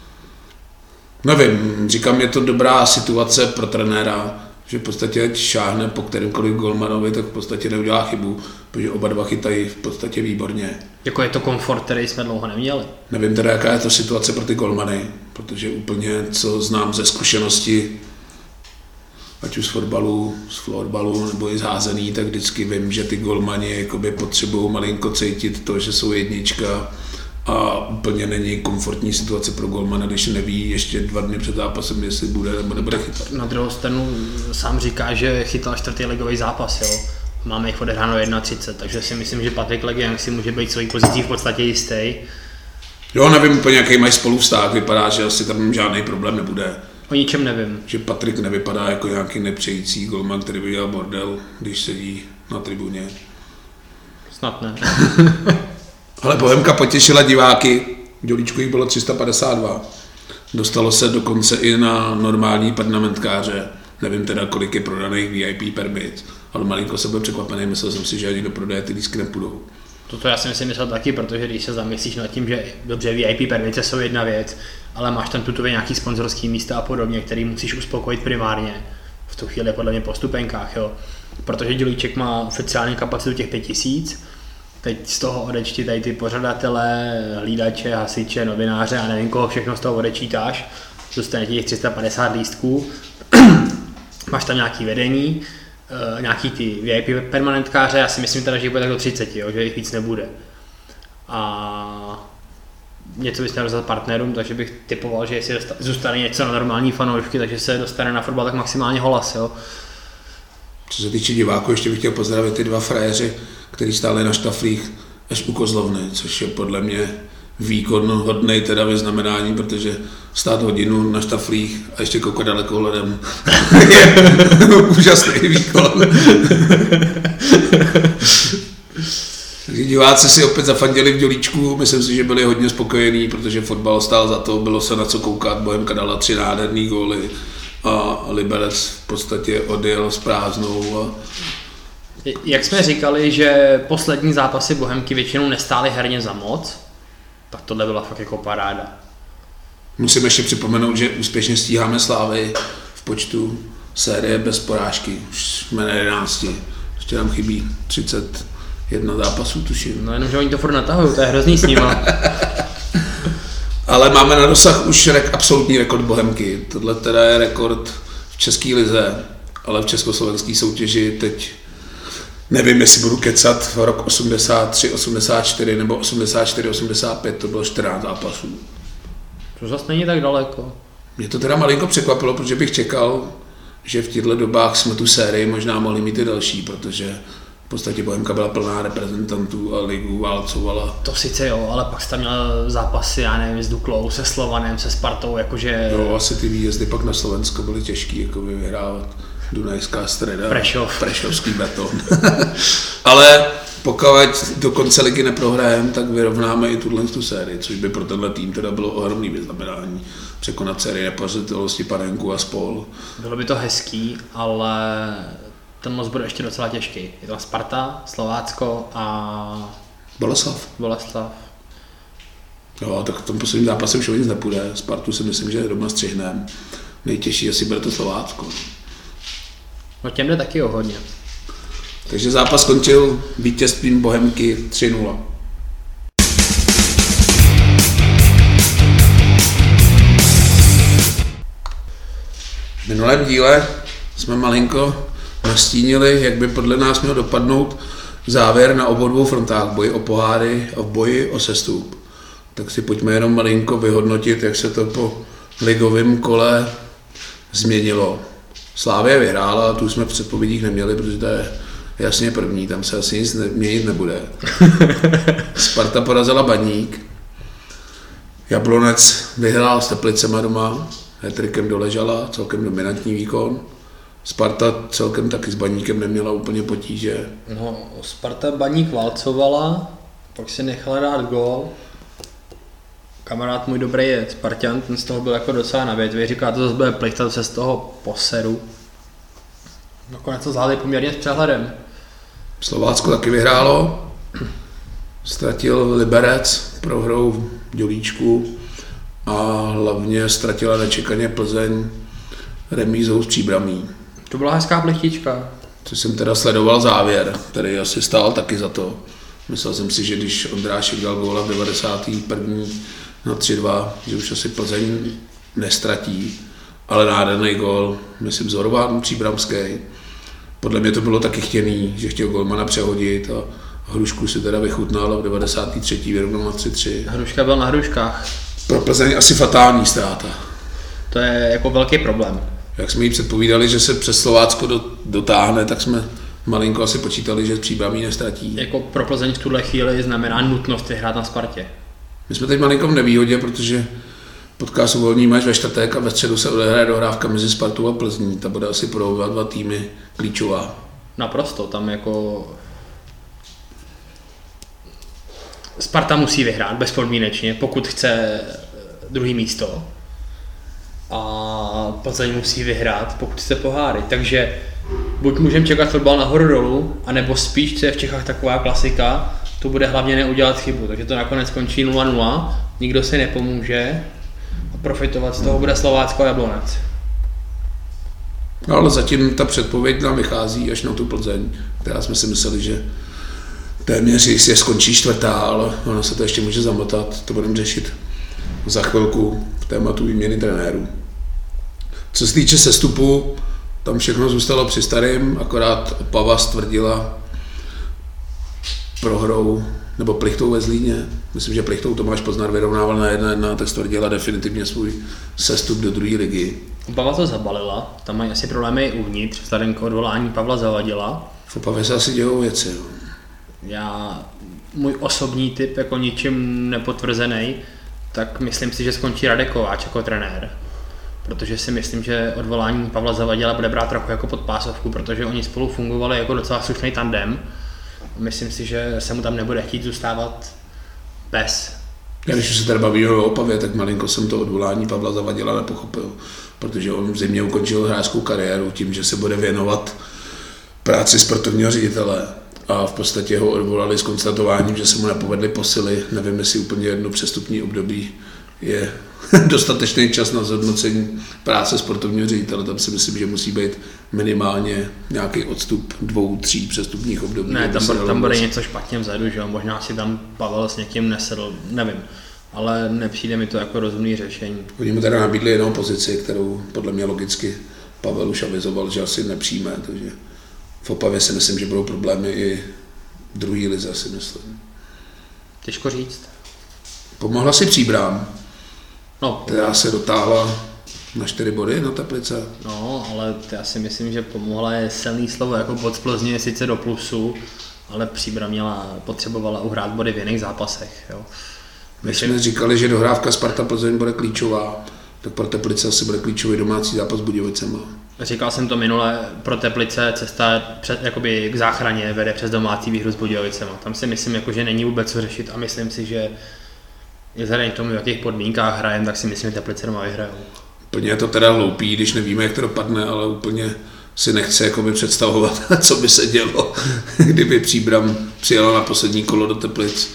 Speaker 1: Nevím, říkám, je to dobrá situace pro trenéra, že v podstatě šáhne po kterémkoliv golmanovi, tak v podstatě neudělá chybu, protože oba dva chytají v podstatě výborně.
Speaker 2: Jako je to komfort, který jsme dlouho neměli.
Speaker 1: Nevím teda, jaká je to situace pro ty golmany, protože úplně, co znám ze zkušenosti, ať už z fotbalu, z florbalu nebo i z házený, tak vždycky vím, že ty golmani potřebují malinko cítit to, že jsou jednička a úplně není komfortní situace pro golmana, když neví ještě dva dny před zápasem, jestli bude nebo nebude chytat.
Speaker 2: Na druhou stranu sám říká, že chytal čtvrtý ligový zápas, jo. Máme jich odehráno třicet jedna, takže si myslím, že Patrik Legiang si může být svojí pozicí v podstatě jistý.
Speaker 1: Jo, nevím úplně, jaký mají spolu vztah, vypadá, že asi tam žádný problém nebude.
Speaker 2: O ničem nevím.
Speaker 1: Že Patrik nevypadá jako nějaký nepřející golman, který by dělal bordel, když sedí na tribuně.
Speaker 2: Snad ne.
Speaker 1: Ale Bohemka potěšila diváky, v Dělíčku jich bylo tři sta padesát dva. Dostalo se dokonce i na normální permanentkáře. Nevím teda, kolik je prodaných V I P permit, ale malinko jsem byl překvapený, myslel jsem si, že ani do prodeje ty lístky nepůjdou.
Speaker 2: Toto já jsem si myslel taky, protože když se zamyslíš nad tím, že dobře V I P permity jsou jedna věc, ale máš tam tutově nějaký sponzorský místa a podobně, který musíš uspokojit primárně. V tu chvíli podle mě po stupenkách, jo. Protože Dělíček má oficiální kapacitu těch pět tisíc, teď z toho odečti tady ty pořadatele, hlídače, hasiče, novináře a nevím koho všechno z toho odečítáš, dostane těch tři sta padesát lístků, máš tam nějaký vedení, nějaký ty V I P permanentkáře, já si myslím teda, že jich bude tak do třicet, jo, že jich víc nebude. A něco bys měl rozdat partnerům, takže bych typoval, že jestli zůstane něco na normální fanoušky, takže se dostane na fotbal tak maximálně holas, jo.
Speaker 1: Co se týče diváků, ještě bych chtěl pozdravit ty dva frajeři, kteří stáli na štaflích až u Kozlovny, což je podle mě výkon hodnej teda ve znamenání, protože stát hodinu na štaflích a ještě koukat daleko ledem je úžasný výkon. Takže diváci si opět zafandili v Dělíčku, myslím si, že byli hodně spokojení, protože fotbal stál za to, bylo se na co koukat, Bohemka dala tři nádherný góly a Liberec v podstatě odjel s prázdnou. A...
Speaker 2: Jak jsme říkali, že poslední zápasy Bohemky většinou nestály herně za moc, tak tohle byla fakt jako paráda.
Speaker 1: Musím ještě připomenout, že úspěšně stíháme Slávy v počtu série bez porážky. Už jsme na jedenácti. Ještě nám chybí třicet jedna zápasů, tuším.
Speaker 2: No jenom, že oni to furt natahují, to je hrozný s nima.
Speaker 1: Ale máme na dosah už rek, absolutní rekord Bohemky. Tohle teda je rekord v české lize, ale v československé soutěži teď nevím, jestli budu kecat, v rok osmdesát tři osmdesát čtyři nebo osmdesát čtyři osmdesát pět, to bylo čtrnáct zápasů.
Speaker 2: To zase není tak daleko.
Speaker 1: Mě to teda malinko překvapilo, protože bych čekal, že v těchto dobách jsme tu sérii možná mohli mít i další, protože v podstatě Bohemka byla plná reprezentantů a ligu válcovala.
Speaker 2: To sice jo, ale pak jsi tam měl zápasy, já nevím, s Duklou, se Slovanem, se Spartou, jakože...
Speaker 1: Jo, asi ty výjezdy pak na Slovensko byly těžký, jako vyhrávat. Dunajská Streda,
Speaker 2: Prešov.
Speaker 1: Prešovský beton. Ale pokud do konce ligy neprohrajeme, tak vyrovnáme i tuhle tu sérii, což by pro tenhle tým teda bylo ohromný vyznamenání. Překonat sérii nepořadatelnosti Panenku a spol.
Speaker 2: Bylo by to hezký, ale ten most bude ještě docela těžký. Je to Sparta, Slovácko a...
Speaker 1: Boleslav.
Speaker 2: Boleslav.
Speaker 1: Jo, tak v tom posledním zápase už o nic nepůjde. Spartu si myslím, že doma střihneme. Nejtěžší asi bude to Slovácko.
Speaker 2: No těm jde taky o hodně.
Speaker 1: Takže zápas skončil vítězstvím Bohemky tři nula. V minulém díle jsme malinko nastínili, jak by podle nás měl dopadnout závěr na obou dvou frontách, boji o poháry a v boji o sestup. Tak si pojďme jenom malinko vyhodnotit, jak se to po ligovém kole změnilo. Slávia vyhrála, tu jsme v předpovědích neměli, protože to je jasně první, tam se asi nic ne, měnit nebude. Sparta porazila Baník, Jablonec vyhrál s Teplicema doma, hat-trickem doležala, celkem dominantní výkon. Sparta celkem taky s Baníkem neměla úplně potíže.
Speaker 2: No, Sparta Baník válcovala, pak si nechala dát gól Kamarád můj dobrý je Spartan, ten z toho byl jako docela na větvi, říká, to zase bude plichtat se z toho poseru. Nakonec to zvládli poměrně s přehledem.
Speaker 1: Slovácko taky vyhrálo, ztratil Liberec prohrou Dělíčku a hlavně ztratila nečekaně Plzeň remízou z Příbramí.
Speaker 2: To byla hezká plichtička.
Speaker 1: Což jsem teda sledoval závěr, který asi stál taky za to. Myslel jsem si, že když Ondrášek dal góla v devadesáté první na tři dva, že už asi Plzeň nestratí, ale nádherný gól, myslím Zorován příbramský. Podle mě to bylo taky chtěný, že chtěl golmana přehodit a Hrušku si teda vychutnal a v devadesáté třetí vyrovnal na tři tři.
Speaker 2: Hruška byl na hruškách.
Speaker 1: Pro Plzeň asi fatální ztráta.
Speaker 2: To je jako velký problém.
Speaker 1: Jak jsme jí předpovídali, že se přes Slovácko do, dotáhne, tak jsme malinko asi počítali, že Příbramí nestratí.
Speaker 2: Jako pro Plzeň v tuhle chvíli znamená nutnost vyhrát na Spartě.
Speaker 1: My jsme teď malinko v nevýhodě, protože podcast uvolní máš ve čtvrtek a ve středu se odehraje dohrávka mezi Spartou a Plzní. Ta bude asi pro dva, dva týmy klíčová.
Speaker 2: Naprosto, tam jako Sparta musí vyhrát bezpodmínečně, pokud chce druhý místo. A Plzeň musí vyhrát, pokud chce poháry. Takže buď můžeme čekat fotbal nahoru dolů, anebo spíš, co je v Čechách taková klasika, to bude hlavně neudělat chybu. Takže to nakonec končí nula nula, nikdo si nepomůže a profitovat z toho bude Slovácko a Jablonec.
Speaker 1: No, ale zatím ta předpověď nám vychází až na tu Plzeň, která jsme si mysleli, že téměř jistě skončí čtvrtá, ale ono se to ještě může zamotat, to budeme řešit za chvilku v tématu výměny trenérů. Co se týče sestupu, tam všechno zůstalo při starým, akorát Opava stvrdila prohrou, nebo plichtou ve Zlíně. Myslím, že plichtou Tomáš Poznar vyrovnával na jedna jedna, tak stvrdila definitivně svůj sestup do druhé ligy.
Speaker 2: Opava to zabalila, tam mají asi problémy i uvnitř, vzhledem k odvolání Pavla Zavadila.
Speaker 1: V Opavě se asi dějou věci. Jo.
Speaker 2: Já, můj osobní tip, jako ničím nepotvrzený, tak myslím si, že skončí Radek Kováč jako trenér. Protože si myslím, že odvolání Pavla Zavadila bude brát trochu jako podpásovku, protože oni spolu fungovali jako docela slušný tandem. Myslím si, že se mu tam nebude chtít zůstávat bez.
Speaker 1: Já když se tady bavíme o Opavě, tak malinko jsem to odvolání Pavla Zavadila nepochopil, protože on v zimě ukončil hráčskou kariéru tím, že se bude věnovat práci sportovního ředitele. A v podstatě ho odvolali s konstatováním, že se mu nepovedly posily. Nevím, jestli úplně jedno přestupní období je dostatečný čas na zhodnocení práce sportovního ředitele. Tam si myslím, že musí být minimálně nějaký odstup dvou, tří přestupních období.
Speaker 2: Ne, tam, bude, tam bude něco špatně vzadu, že jo? Možná si tam Pavel s někým nesedl, nevím. Ale nepřijde mi to jako rozumný řešení.
Speaker 1: Oni mu teda nabídli jinou pozici, kterou podle mě logicky Pavel už avizoval, že asi nepřijme, takže v Opavě si myslím, že budou problémy i v druhé lize, si myslím.
Speaker 2: Těžko říct.
Speaker 1: Pomohla si Příbram,
Speaker 2: no,
Speaker 1: která se dotáhla na čtyři body na Teplice.
Speaker 2: No, ale já si myslím, že pomohla je silný slovo, jako bod z Plzně je sice do plusu, ale Příbram měla, potřebovala uhrát body v jiných zápasech. Jo.
Speaker 1: My jsme říkali, že dohrávka Sparta Plzeň bude klíčová, tak pro Teplice asi bude klíčový domácí zápas s Budějovicema.
Speaker 2: Říkal jsem to minule, pro Teplice cesta před, jakoby k záchraně vede přes domácí výhru s Budějovicema. Tam si myslím, jako, že není vůbec co řešit a myslím si, že vzhledem k tomu, v jakých podmínkách hrajem, tak si myslím, že Teplice doma vyhrajou.
Speaker 1: Úplně je to teda hloupý, když nevíme, jak to dopadne, ale úplně si nechce jakoby představovat, co by se dělo, kdyby Příbram přijela na poslední kolo do Teplic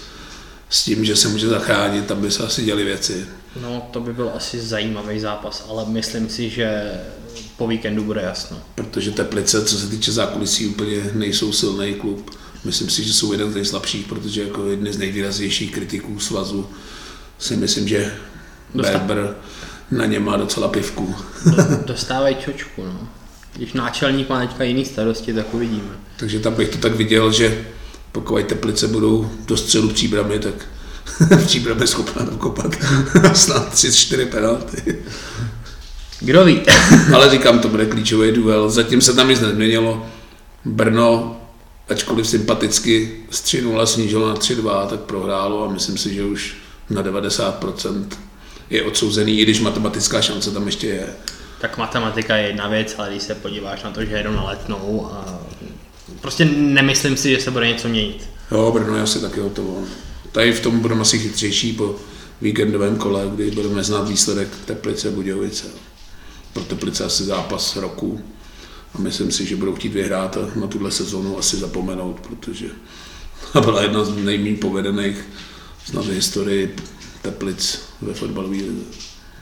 Speaker 1: s tím, že se může zachránit, tam by se asi děly věci.
Speaker 2: No, to by byl asi zajímavý zápas, ale myslím si, že po víkendu bude jasno.
Speaker 1: Protože Teplice, co se týče zákulisí, úplně nejsou silný klub. Myslím si, že jsou jeden z nejslabších, protože jako jedni z nejvýraznějších kritiků svazu si myslím, že Berber na ně má docela pivku.
Speaker 2: Dostávají čočku, no. Když náčelník má teďka jiný starosti, tak uvidíme.
Speaker 1: Takže tam bych to tak viděl, že pokud Teplice budou do střelu Příbramy, tak Příbram je schopná dokopat snad tři čtyři penalty.
Speaker 2: Kdo ví?
Speaker 1: Ale říkám, to bude klíčový duel. Zatím se tam nic nezměnilo. Brno, ačkoliv sympaticky z tři nula snížilo na tři dva, tak prohrálo a myslím si, že už na devadesát procent je odsouzený, i když matematická šance tam ještě je.
Speaker 2: Tak matematika je jedna věc, ale když se podíváš na to, že jedou na Letnou a prostě nemyslím si, že se bude něco měnit.
Speaker 1: Jo, Brno je asi taky hotovo. Tady v tom budeme asi chytřejší po víkendovém kole, kdy budeme znát výsledek Teplice Budějovice. Pro Teplice asi zápas roku a myslím si, že budou chtít vyhrát a na tuhle sezónu asi zapomenout, protože to byla jedna z nejméně povedených snad v historii Teplic ve fotbalové lize.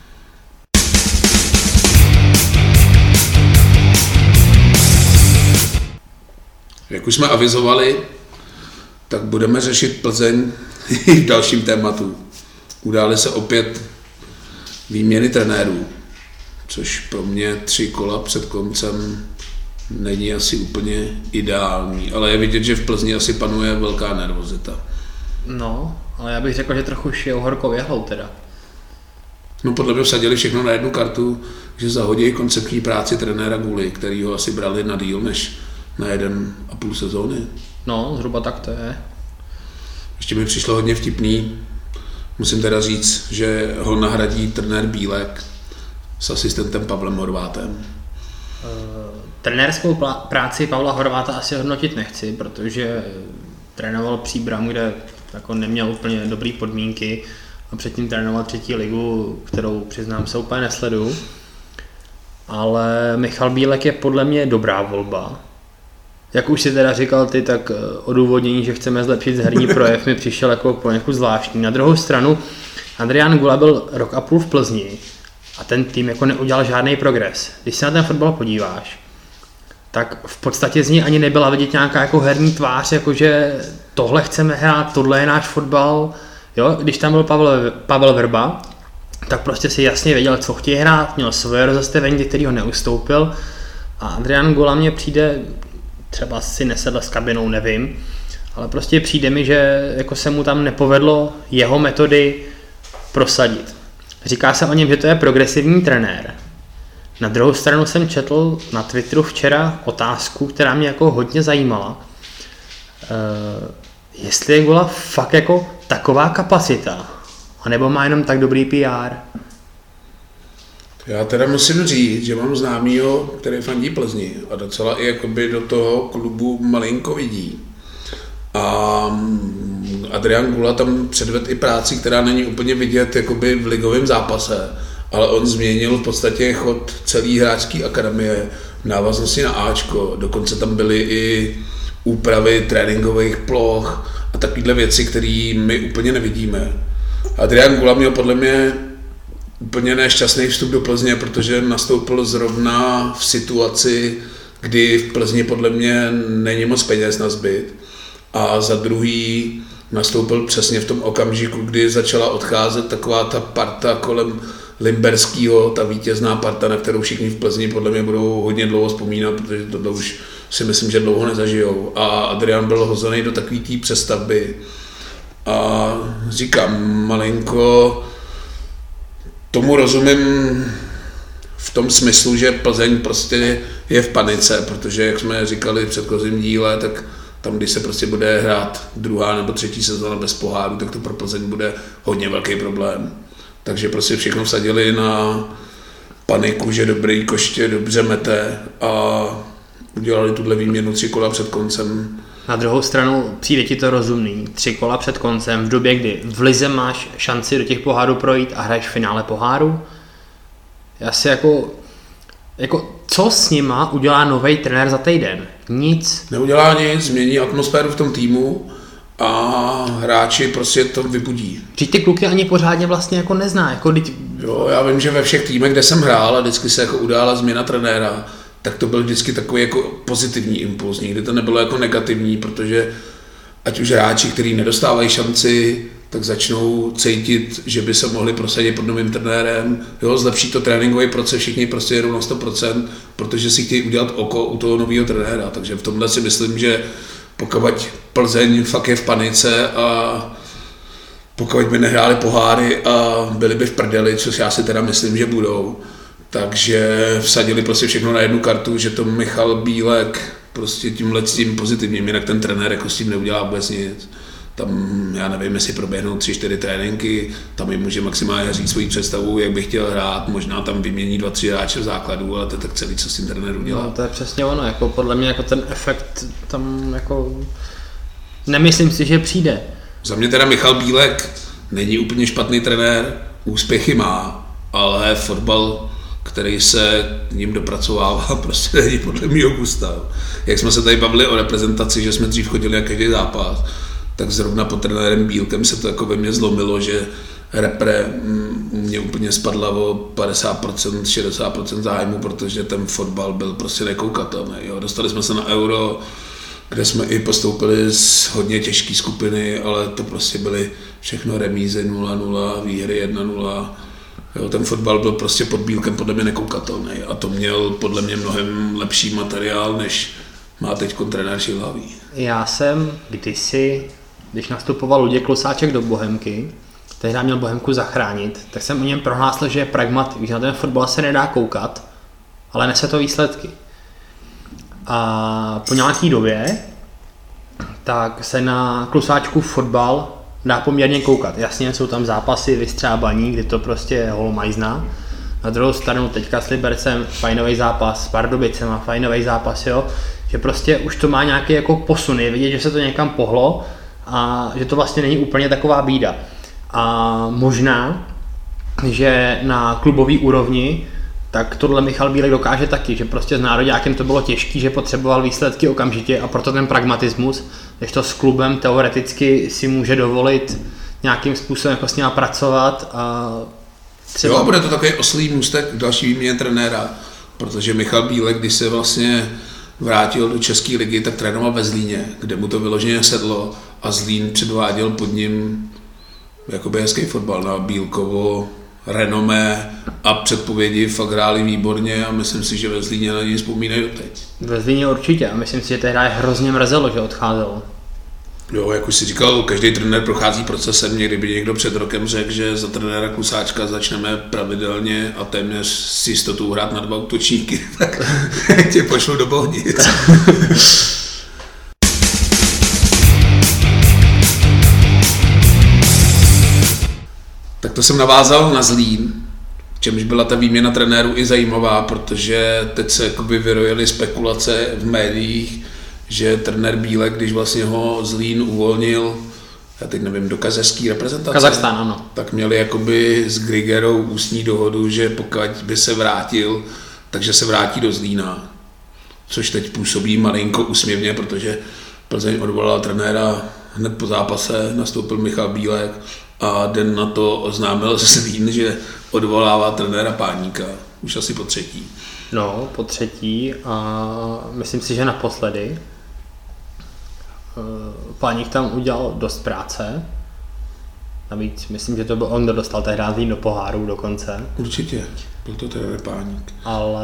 Speaker 1: Jak už jsme avizovali, tak budeme řešit Plzeň i v dalším tématu. Udály se opět výměny trenérů, což pro mě tři kola před koncem není asi úplně ideální, ale je vidět, že v Plzni asi panuje velká nervozita.
Speaker 2: No, ale já bych řekl, že trochu šijou horkou jehlou teda.
Speaker 1: No podle mě vsadili všechno na jednu kartu, že zahodí konceptní práci trenéra Guly, který ho asi brali na díl než na jeden a půl sezóny.
Speaker 2: No, zhruba tak to je.
Speaker 1: Ještě mi přišlo hodně vtipný, musím teda říct, že ho nahradí trenér Bílek s asistentem Pavlem Horvátem.
Speaker 2: Uh, trenérskou plá- práci Pavla Horváta asi hodnotit nechci, protože trénoval Příbram, kde jako neměl úplně dobré podmínky a předtím trénoval třetí ligu, kterou přiznám se úplně nesleduju. Ale Michal Bílek je podle mě dobrá volba. Jak už si teda říkal ty, tak odůvodnění, že chceme zlepšit herní projev, mi přišel jako poněkud zvláštní. Na druhou stranu Adrián Gula byl rok a půl v Plzni a ten tým jako neudělal žádný progres. Když se na ten fotbal podíváš, tak v podstatě z ní ani nebyla vidět nějaká jako herní tvář, jakože tohle chceme hrát, tohle je náš fotbal. Jo? Když tam byl Pavel, Pavel Vrba, tak prostě si jasně věděl, co chtějí hrát, měl svoje rozestavení, který ho neustoupil a Adrián Gula mně přijde, třeba si nesedl s kabinou, nevím, ale prostě přijde mi, že jako se mu tam nepovedlo jeho metody prosadit. Říká se o něm, že to je progresivní trenér. Na druhou stranu jsem četl na Twitteru včera otázku, která mě jako hodně zajímala. Uh, jestli je Gula fakt jako taková kapacita, anebo má jenom tak dobrý P R.
Speaker 1: Já teda musím říct, že mám známýho, který fandí Plzni a docela i jakoby do toho klubu malinko vidí. A Adrián Gula tam předvedl i práci, která není úplně vidět jakoby v ligovém zápase, ale on změnil v podstatě chod celý hráčské akademie v návaznosti na Ačko. Dokonce tam byly i úpravy tréninkových ploch a takovéhle věci, které my úplně nevidíme. Adrián Gula měl podle mě úplně nešťastný vstup do Plzně, protože nastoupil zrovna v situaci, kdy v Plzni podle mě není moc peněz na zbyt. A za druhý nastoupil přesně v tom okamžiku, kdy začala odcházet taková ta parta kolem Limberského, ta vítězná parta, na kterou všichni v Plzni podle mě budou hodně dlouho vzpomínat, protože tohle už si myslím, že dlouho nezažijou. A Adrián byl hozený do takové té přestavby. A říkám, malinko tomu rozumím v tom smyslu, že Plzeň prostě je v panice, protože jak jsme říkali v předchozím díle, tak tam, když se prostě bude hrát druhá nebo třetí sezóna bez poháru, tak to pro Plzeň bude hodně velký problém. Takže prostě všechno vsadili na paniku, že dobrý Koště dobře mete a udělali tuhle výměnu tři kola před koncem.
Speaker 2: Na druhou stranu přijde ti to rozumný. Tři kola před koncem, v době, kdy v lize máš šanci do těch pohárů projít a hraješ v finále poháru. Já si jako, jako co s nima udělá nový trenér za týden? Nic.
Speaker 1: Neudělá nic, změní atmosféru v tom týmu a hráči prostě to vybudí.
Speaker 2: Vždyť ty kluky ani pořádně vlastně jako nezná. Jako teď...
Speaker 1: Jo, já vím, že ve všech týmech, kde jsem hrál a vždycky se jako udála změna trenéra, tak to byl vždycky takový jako pozitivní impuls, nikdy to nebylo jako negativní, protože ať už hráči, kteří nedostávají šanci, tak začnou cítit, že by se mohli prosadit pod novým trenérem, jo, zlepší to tréninkový proces, všichni prostě jedou na sto procent, protože si chtějí udělat oko u toho nového trenéra, takže v tomhle si myslím, že pokud Plzeň fakt je v panice a pokud by nehráli poháry a byli by v prdeli, což já si teda myslím, že budou, takže vsadili prostě všechno na jednu kartu, že to Michal Bílek prostě tímhle tím pozitivním, jinak ten trenér jako s tím neudělá vůbec nic. Tam, já nevím, jestli proběhnou tři, čtyři tréninky, tam jim může maximálně říct svoji představu, jak by chtěl hrát, možná tam vymění dva, tři hráče v základu, ale to je tak celý, co s tím trenér udělá.
Speaker 2: No, to je přesně ono, jako podle mě jako ten efekt tam jako nemyslím si, že přijde.
Speaker 1: Za mě teda Michal Bílek není úplně špatný trenér, úspěchy má, ale fotbal, který se k ním dopracovává, prostě není podle mýho gusta. Jak jsme se tady bavili o reprezentaci, že jsme dřív chodili na každý zápas, tak zrovna pod trenérem Bílkem se to jako ve mně zlomilo, že repre mě úplně spadla o padesát procent, šedesát procent zájmu, protože ten fotbal byl prostě nekoukatelný. Jo. Dostali jsme se na Euro, kde jsme i postoupili z hodně těžké skupiny, ale to prostě byly všechno remízy nula nula, výhry jedna nula. Jo, ten fotbal byl prostě pod Bílkem podle mě nekoukatelný a to měl podle mě mnohem lepší materiál, než má teď trenér Šilhavý.
Speaker 2: Já jsem kdysi, když nastupoval Luděk Klusáček do Bohemky, tehdy měl Bohemku zachránit, tak jsem o něm prohlásil, že je pragmatik, že na ten fotbal se nedá koukat, ale nese to výsledky. A po nějaký době tak se na Klusáčku fotbal dá poměrně koukat. Jasně, jsou tam zápasy vystřábaní, kdy to prostě holomajzná. Na druhou stranu teďka s Libercem fajnový zápas, s Pardubicema fajnový zápas, jo. Že prostě už to má nějaký jako posun, je vidět, že se to někam pohlo a že to vlastně není úplně taková bída. A možná, že na klubové úrovni tak tohle Michal Bílek dokáže taky, že prostě s nároďákem to bylo těžké, že potřeboval výsledky okamžitě a proto ten pragmatismus, když to s klubem teoreticky si může dovolit nějakým způsobem jako s ním pracovat a třeba...
Speaker 1: Jo, bude to takový oslý můstek k další výměně trenéra, protože Michal Bílek, když se vlastně vrátil do České ligy, tak trénoval ve Zlíně, kde mu to vyloženě sedlo a Zlín předváděl pod ním jakoby hezký fotbal na Bílkovo renomé a předpovědi fakt hráli výborně a myslím si, že ve Zlíně na něj vzpomínají doteď.
Speaker 2: Ve Zlíně určitě a myslím si, že tehdy je hrozně mrzelo, že odcházel.
Speaker 1: Jo, jak už si říkal, každý trenér prochází procesem, někdy by někdo před rokem řekl, že za trenéra Klusáčka začneme pravidelně a téměř s jistotou hrát na dva útočníky, tak tě pošlu do Bohnic. Tak to jsem navázal na Zlín, čemž byla ta výměna trenérů i zajímavá, protože teď se jakoby vyrojily spekulace v médiích, že trenér Bílek, když vlastně ho Zlín uvolnil, já teď nevím, do kazašské reprezentace,
Speaker 2: Kazachstán, ano.
Speaker 1: Tak měli jakoby s Grigerou ústní dohodu, že pokud by se vrátil, takže se vrátí do Zlína. Což teď působí malinko úsměvně, protože Plzeň odvolala trenéra hned po zápase, nastoupil Michal Bílek a den na to oznámil Zlín, že odvolává trenéra Páníka, už asi po třetí.
Speaker 2: No, po třetí a myslím si, že naposledy. Páník tam udělal dost práce. Navíc myslím, že to byl on, kdo dostal tehdy Zlín do poháru dokonce.
Speaker 1: Určitě, byl to trenér Páník.
Speaker 2: Ale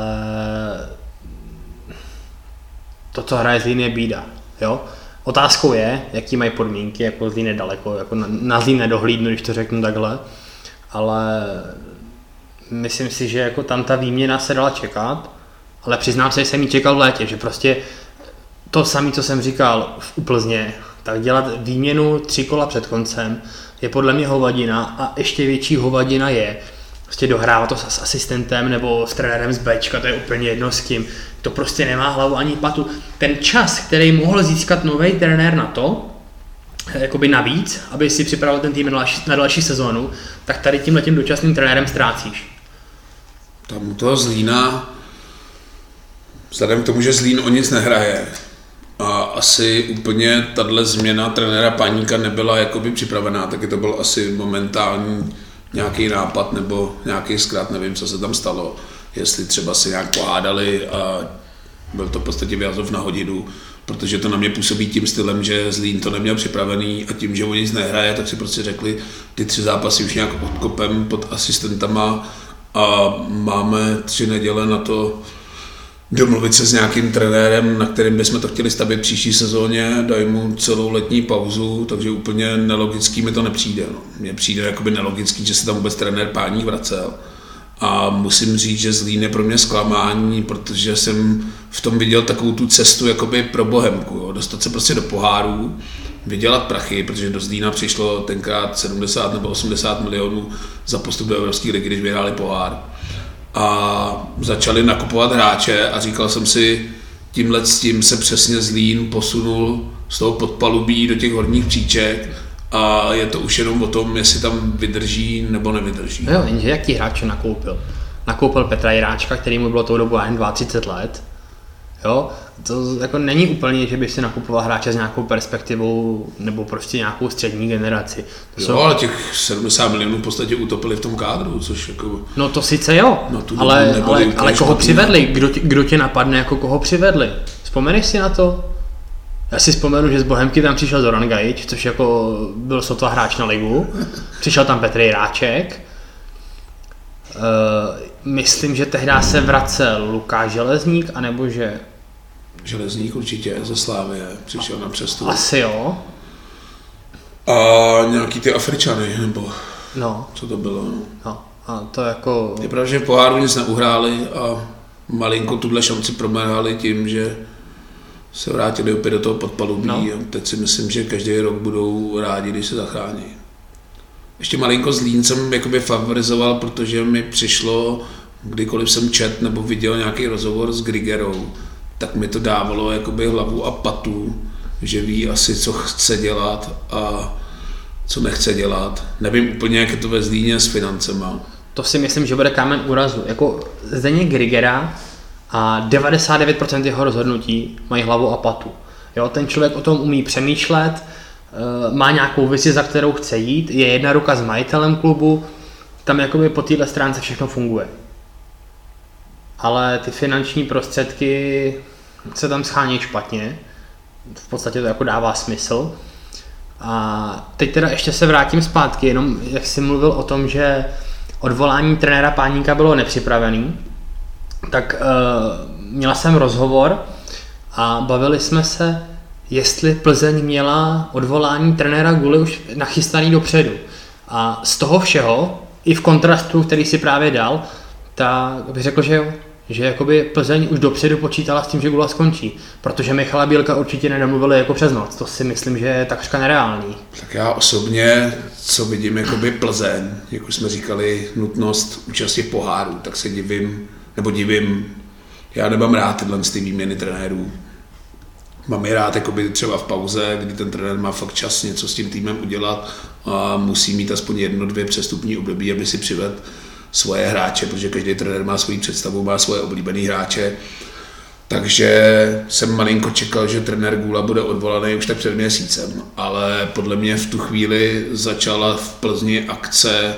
Speaker 2: to, co hraje Zlín, je bída. Jo? Otázkou je, jaký mají podmínky, jako Zlín je daleko, jako na, na Zlín nedohlídnu, když to řeknu takhle, ale myslím si, že jako tam ta výměna se dala čekat, ale přiznám se, že jsem ji čekal v létě, že prostě to samé, co jsem říkal v Plzně, tak dělat výměnu tři kola před koncem je podle mě hovadina a ještě větší hovadina je prostě dohrávat to s asistentem nebo s trenérem z Bčka, to je úplně jedno s kým. To prostě nemá hlavu ani patu. Ten čas, který mohl získat nový trenér na to, jakoby navíc, aby si připravil ten tým na další, na další sezónu, tak tady tímhletím dočasným trenérem ztrácíš.
Speaker 1: Tam u toho Zlína, vzhledem k tomu, že Zlín o nic nehraje a asi úplně tahle změna trenéra Páníka nebyla jakoby připravená, taky to byl asi momentální nějaký nápad nebo nějaký zkrat, nevím, co se tam stalo, jestli třeba si nějak pohádali a byl to v podstatě vyjazov na hodinu, protože to na mě působí tím stylem, že Zlín to neměl připravený a tím, že o nic nehraje, tak si prostě řekli, ty tři zápasy už nějak odkopem pod asistentama a máme tři neděle na to domluvit se s nějakým trenérem, na kterým bychom to chtěli stavět příští sezóně, dají mu celou letní pauzu, takže úplně nelogický mi to nepřijde. No. Mně přijde jakoby nelogický, že se tam vůbec trenér Páník vracel. A musím říct, že Zlín je pro mě zklamání, protože jsem v tom viděl takovou tu cestu jakoby pro Bohemku. Jo. Dostat se prostě do pohárů, vydělat prachy, protože do Zlína přišlo tenkrát sedmdesát nebo osmdesát milionů za postup do Evropské ligy, když vyhráli pohár. A začali nakupovat hráče a říkal jsem si, tímhle s tím se přesně Zlín posunul z toho podpalubí do těch horních příček a je to už jenom o tom, jestli tam vydrží nebo nevydrží.
Speaker 2: No jo, jenže jaký hráče nakoupil? Nakoupil Petra Jiráčka, který mu bylo tou dobu jen třicet dva let. Jo, to jako není úplně, že by si nakupoval hráče s nějakou perspektivou nebo prostě nějakou střední generaci. To
Speaker 1: jo,
Speaker 2: jsou...
Speaker 1: ale těch sedmdesát milionů v podstatě utopili v tom kádru, což jako...
Speaker 2: No to sice jo,
Speaker 1: no,
Speaker 2: ale, ale, ale koho přivedli? Kdo tě, kdo tě napadne, jako koho přivedli? Vzpomeneš si na to? Já si vzpomenu, že z Bohemky tam přišel Zoran Gajic, což jako byl sotva hráč na ligu. Přišel tam Petr Jiráček. Uh, myslím, že tehdy se vracel Lukáš Železník, anebo že...
Speaker 1: Železník určitě ze Slávie přišel na přestup.
Speaker 2: Asi jo.
Speaker 1: A nějaký ty Afričany, nebo
Speaker 2: no.
Speaker 1: Co to bylo?
Speaker 2: No, a to jako...
Speaker 1: Je pravda, že v poháru nic neuhráli a malinko tuhle šanci promrhali tím, že se vrátili opět do toho podpalubí no. A teď si myslím, že každý rok budou rádi, když se zachrání. Ještě malinko Zlín jsem jakoby favorizoval, protože mi přišlo, kdykoliv jsem čet nebo viděl nějaký rozhovor s Grigerou, tak mi to dávalo jakoby hlavu a patu, že ví asi, co chce dělat a co nechce dělat. Nevím úplně, jak je to ve Zlíně s financema.
Speaker 2: To si myslím, že bude kámen úrazu. Jako Zdeněk Grigera a devadesát devět procent jeho rozhodnutí mají hlavu a patu. Jo, ten člověk o tom umí přemýšlet, má nějakou vizi, za kterou chce jít, je jedna ruka s majitelem klubu, tam jakoby po této stránce všechno funguje. Ale ty finanční prostředky se tam schání špatně, v podstatě to jako dává smysl. A teď teda ještě se vrátím zpátky, jenom jak jsi mluvil o tom, že odvolání trenéra Páníka bylo nepřipravený, tak uh, měla jsem rozhovor a bavili jsme se, jestli Plzeň měla odvolání trenéra Guly už nachystaný dopředu. A z toho všeho, i v kontrastu, který si právě dal, tak bych řekl, že jo. Že jakoby Plzeň už dopředu počítala s tím, že Gula skončí. Protože Michala Bílka určitě nedomluvili jako přes noc. To si myslím, že je takřka nereálný.
Speaker 1: Tak já osobně, co vidím jakoby Plzeň, jak už jsme říkali, nutnost účasti v poháru, tak se divím, nebo divím, já nemám rád tyhle ty výměny trenérů. Mám je rád jakoby třeba v pauze, kdy ten trenér má fakt čas něco s tím týmem udělat a musí mít aspoň jedno, dvě přestupní období, aby si přivedl svoje hráče, protože každý trenér má svoji představu, má svoje oblíbený hráče. Takže jsem malinko čekal, že trenér Gula bude odvolaný už tak před měsícem, ale podle mě v tu chvíli začala v Plzni akce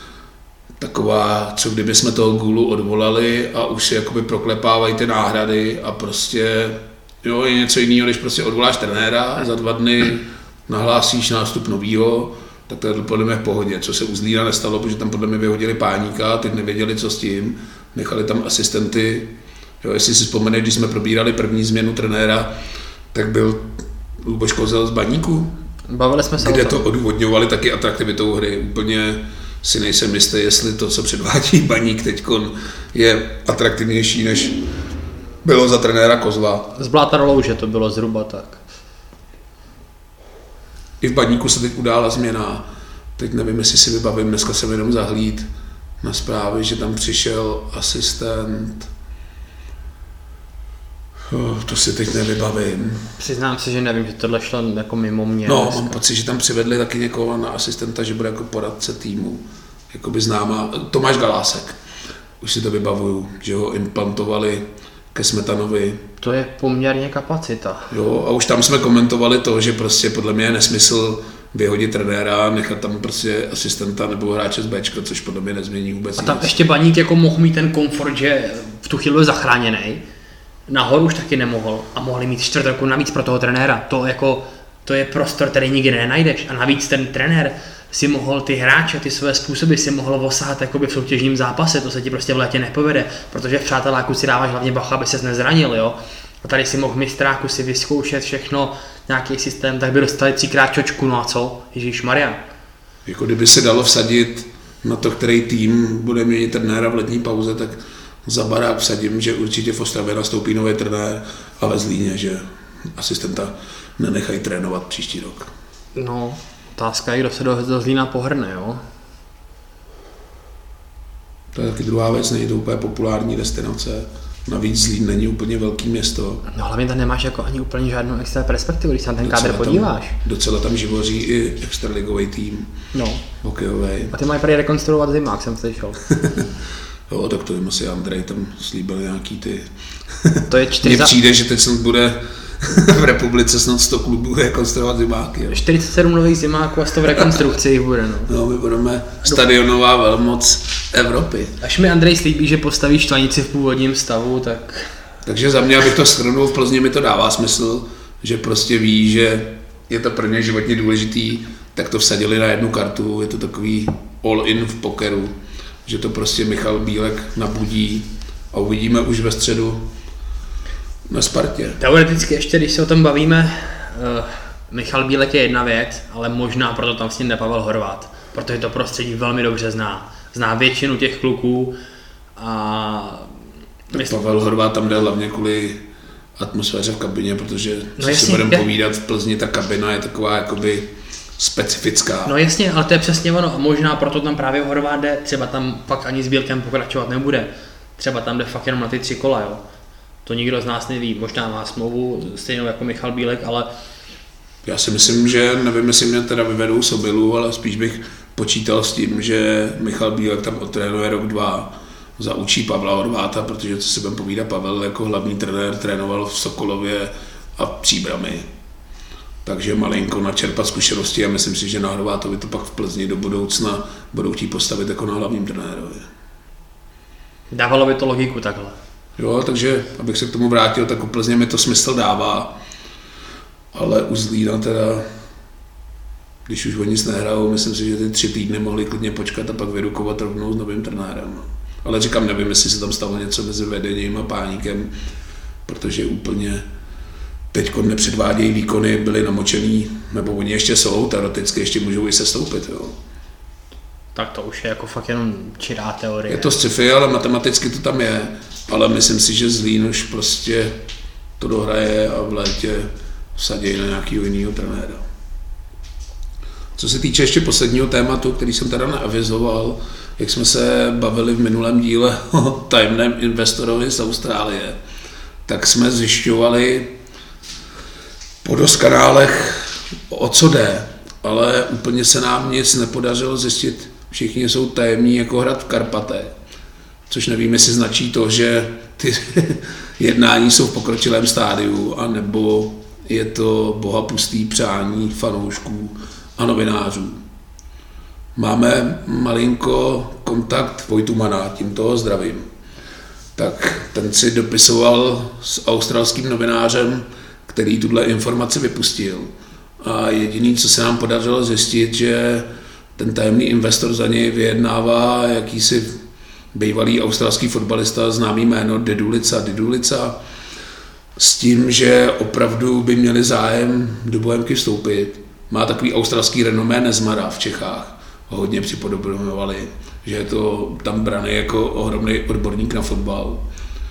Speaker 1: taková, co kdyby jsme toho Gulu odvolali a už si jakoby proklepávají ty náhrady a prostě jo, je něco jiného, když prostě odvoláš trenéra a za dva dny nahlásíš nástup novýho, tak to je podle mě v pohodě, co se u Zlína nestalo, protože tam podle mě vyhodili Páníka, teď nevěděli, co s tím, nechali tam asistenty. Jo, jestli si vzpomeneš, když jsme probírali první změnu trenéra, tak byl Luboš Kozel z Baníku,
Speaker 2: bavili jsme se
Speaker 1: kde to odůvodňovali taky atraktivitou hry. Úplně si nejsem jistý, jestli to, co předvádí Baník teďkon, je atraktivnější, než bylo za trenéra Kozla.
Speaker 2: Z Bláta do Louže to bylo zhruba tak.
Speaker 1: I v Baníku se teď udála změna. Teď nevím, jestli si vybavím, dneska jsem jenom zahlíd na zprávy, že tam přišel asistent. Oh, to si teď nevybavím.
Speaker 2: Přiznám se, že nevím, že tohle šlo jako mimo mě.
Speaker 1: No,
Speaker 2: dneska.
Speaker 1: mám pocit, že tam přivedli taky někoho na asistenta, že bude jako poradce týmu. Jakoby známá. Tomáš Galásek. Už si to vybavuju, že ho implantovali ke Smetanovi.
Speaker 2: To je poměrně kapacita.
Speaker 1: Jo, a už tam jsme komentovali to, že prostě podle mě je nesmysl vyhodit trenéra, nechat tam prostě asistenta nebo hráče z Bčka, což podle mě nezmění vůbec.
Speaker 2: A tam
Speaker 1: nic.
Speaker 2: ještě Baník jako mohl mít ten komfort, že v tu chvíli byl zachráněný. Nahoru už taky nemohl a mohli mít čtvrt roku navíc pro toho trenéra. To jako, to je prostor, který nikdy nenajdeš. A navíc ten trenér si mohl ty hráče, ty své způsoby si mohl osahat jakoby v soutěžním zápase, to se ti prostě v létě nepovede, protože v přáteláku si dáváš hlavně bacha, aby ses nezranil, jo. A tady si mohl v mistráku si vyzkoušet všechno, nějaký systém, tak by dostali třikrát čočku, no a co? Ježíšmarja.
Speaker 1: Jako kdyby se dalo vsadit na to, který tým bude měnit trenéra v letní pauze, tak za barák vsadím, že určitě v Ostravě nastoupí nový trenér a ve Zlíně, že asistenta nenechají trénovat příští rok.
Speaker 2: No, otázka je, kdo se do, do Zlína pohrne, jo?
Speaker 1: To je taky druhá věc, není to úplně populární destinace. Navíc Zlín není úplně velký město.
Speaker 2: No hlavně tam nemáš jako ani úplně žádnou extra perspektivu, když se na ten kádr podíváš.
Speaker 1: Tam, docela tam živoří i extraligový tým.
Speaker 2: No.
Speaker 1: Hokejový.
Speaker 2: A ty mají prý rekonstruovat zimák, jsem slyšel.
Speaker 1: Jo, tak to jim asi Andrej tam slíbil nějaký ty...
Speaker 2: To je čtyři...
Speaker 1: Mně přijde, že teď snad bude v republice snad sto klubů rekonstruovat zimáky. Jo.
Speaker 2: čtyřicet sedm nových zimáků a sto v rekonstrukci jich bude, no.
Speaker 1: No, my budeme stadionová velmoc Evropy.
Speaker 2: Až mi Andrej slíbí, že postaví štvanici v původním stavu, tak...
Speaker 1: Takže za mě, abych to shrnul, v Plzni mi to dává smysl, že prostě ví, že je to pro ně životně důležitý, tak to vsadili na jednu kartu, je to takový all-in v pokeru, že to prostě Michal Bílek nabudí a uvidíme už ve středu na Spartě.
Speaker 2: Teoreticky ještě, když se o tom bavíme, uh, Michal Bílek je jedna věc, ale možná proto tam s ním jde Pavel Horváth, protože to prostředí velmi dobře zná. Zná většinu těch kluků a...
Speaker 1: Tak Pavel Horváth tam jde hlavně kvůli atmosféře v kabině, protože
Speaker 2: no
Speaker 1: co
Speaker 2: jasně,
Speaker 1: si budeme
Speaker 2: je...
Speaker 1: povídat, v Plzni ta kabina je taková jakoby specifická.
Speaker 2: No jasně, ale to je přesně ono a možná proto tam právě Horváth jde, třeba tam pak ani s Bílkem pokračovat nebude. Třeba tam jde fakt jenom na ty tři kola, jo. To nikdo z nás neví, možná má smlouvu stejnou jako Michal Bílek, ale...
Speaker 1: Já si myslím, že nevím, jestli mě teda vyvedou Sobilu, ale spíš bych počítal s tím, že Michal Bílek tam odtrénuje rok, dva, zaučí Pavla Horváta, protože co si budeme povídat, Pavel jako hlavní trenér trénoval v Sokolově a v Příbrami. Takže malinko načerpat zkušenosti a myslím si, že na Horvátovi to pak v Plzni do budoucna budou chtít postavit jako na hlavním trenérovi.
Speaker 2: Dávalo by to logiku takhle.
Speaker 1: Jo, takže abych se k tomu vrátil, tak u Plzně mi to smysl dává, ale u Zlína teda, když už o nic nehrajou, myslím si, že ty tři týdny mohli klidně počkat a pak vyrukovat rovnou s novým trenérem. Ale říkám, nevím, jestli se tam stalo něco mezi vedením a Páníkem, protože úplně teďko nepředvádějí výkony, byli namočený, nebo oni ještě jsou, teoreticky ještě můžou i sestoupit. Jo.
Speaker 2: Tak to už je jako fakt jenom čirá teorie.
Speaker 1: Je to sci-fi, ale matematicky to tam je, ale myslím si, že Zlín už prostě to dohraje a v létě vsadí na nějakého jiného trenéra. Co se týče ještě posledního tématu, který jsem teda neavizoval, jak jsme se bavili v minulém díle o tajemném investorovi z Austrálie, tak jsme zjišťovali po doskanálech, o co jde, ale úplně se nám nic nepodařilo zjistit. Všichni jsou tajemní jako hrad v Karpatech, což nevím, jestli značí to, že ty jednání jsou v pokročilém stádiu, anebo je to bohapustý přání fanoušků a novinářů. Máme malinko kontakt Vojtumana, tím toho zdravím. Tak ten si dopisoval s australským novinářem, který tuhle informaci vypustil. A jediný, co se nám podařilo zjistit, že ten tajemný investor za něj vyjednává jakýsi bývalý australský fotbalista, známý jméno Dedulica, Dedulica, s tím, že opravdu by měli zájem do Bohemky vstoupit. Má takový australský renomé Nezmara v Čechách, hodně připodobňovali, že je to tam braný jako ohromný odborník na fotbal.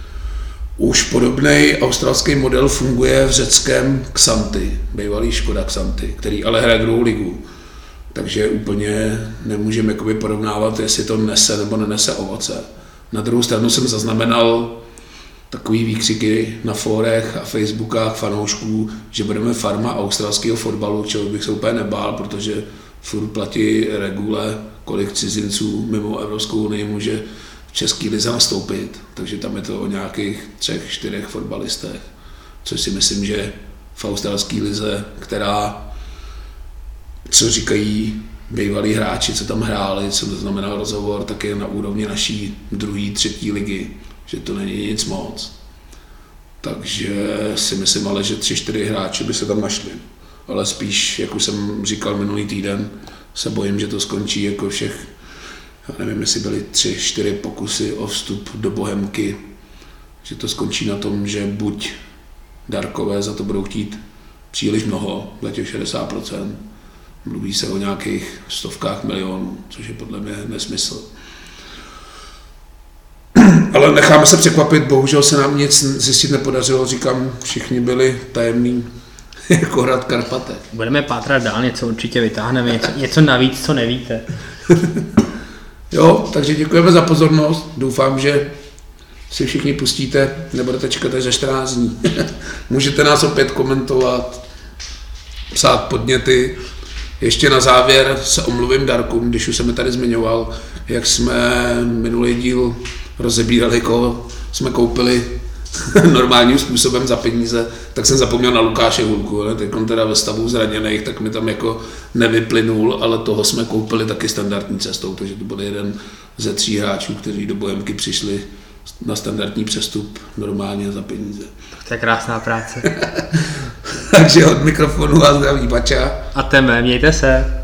Speaker 1: Už podobný australský model funguje v řeckém Xanty, bývalý Škoda Xanty, který ale hraje druhou ligu. Takže úplně nemůžeme jakoby porovnávat, jestli to nese nebo nenese ovoce. Na druhou stranu jsem zaznamenal takový výkřiky na fórech a facebookách fanoušků, že budeme farma australského fotbalu, čeho bych se úplně nebál, protože furt platí regule, kolik cizinců mimo Evropskou unii může v české lize nastoupit. Takže tam je to o nějakých třech, čtyřech fotbalistech, což si myslím, že v australské lize, která, co říkají bývalí hráči, co tam hráli, co to znamenal rozhovor, tak je na úrovni naší druhé, třetí ligy, že to není nic moc. Takže si myslím ale, že tři, čtyři hráči by se tam našli. Ale spíš, jak už jsem říkal minulý týden, se bojím, že to skončí jako všech, já nevím, jestli byly tři, čtyři pokusy o vstup do Bohemky, že to skončí na tom, že buď Darkové za to budou chtít příliš mnoho, za těch šedesát procent, mluví se o nějakých stovkách milionů, což je podle mě nesmysl. Ale necháme se překvapit, bohužel se nám nic zjistit nepodařilo, říkám, všichni byli tajemní jako hrad Karpate.
Speaker 2: Budeme pátrat dál, něco určitě vytáhneme, něco, něco navíc, co nevíte.
Speaker 1: Jo, takže děkujeme za pozornost, doufám, že si všichni pustíte, nebudete čekat až za čtrnáct dní. Můžete nás opět komentovat, psát podněty. Ještě na závěr se omluvím Darkům, když už jsem mi tady zmiňoval, jak jsme minulý díl rozebírali, koho jsme koupili normálním způsobem za peníze, tak jsem zapomněl na Lukáše Hulku, ne? Teď on teda ve stavu zraněných, tak mi tam jako nevyplynul, ale toho jsme koupili taky standardní cestou, takže to byl jeden ze tří hráčů, kteří do Bohemky přišli na standardní přestup normálně za peníze.
Speaker 2: To je krásná práce.
Speaker 1: Takže od mikrofonu a zdraví Bača.
Speaker 2: A teme, mějte se.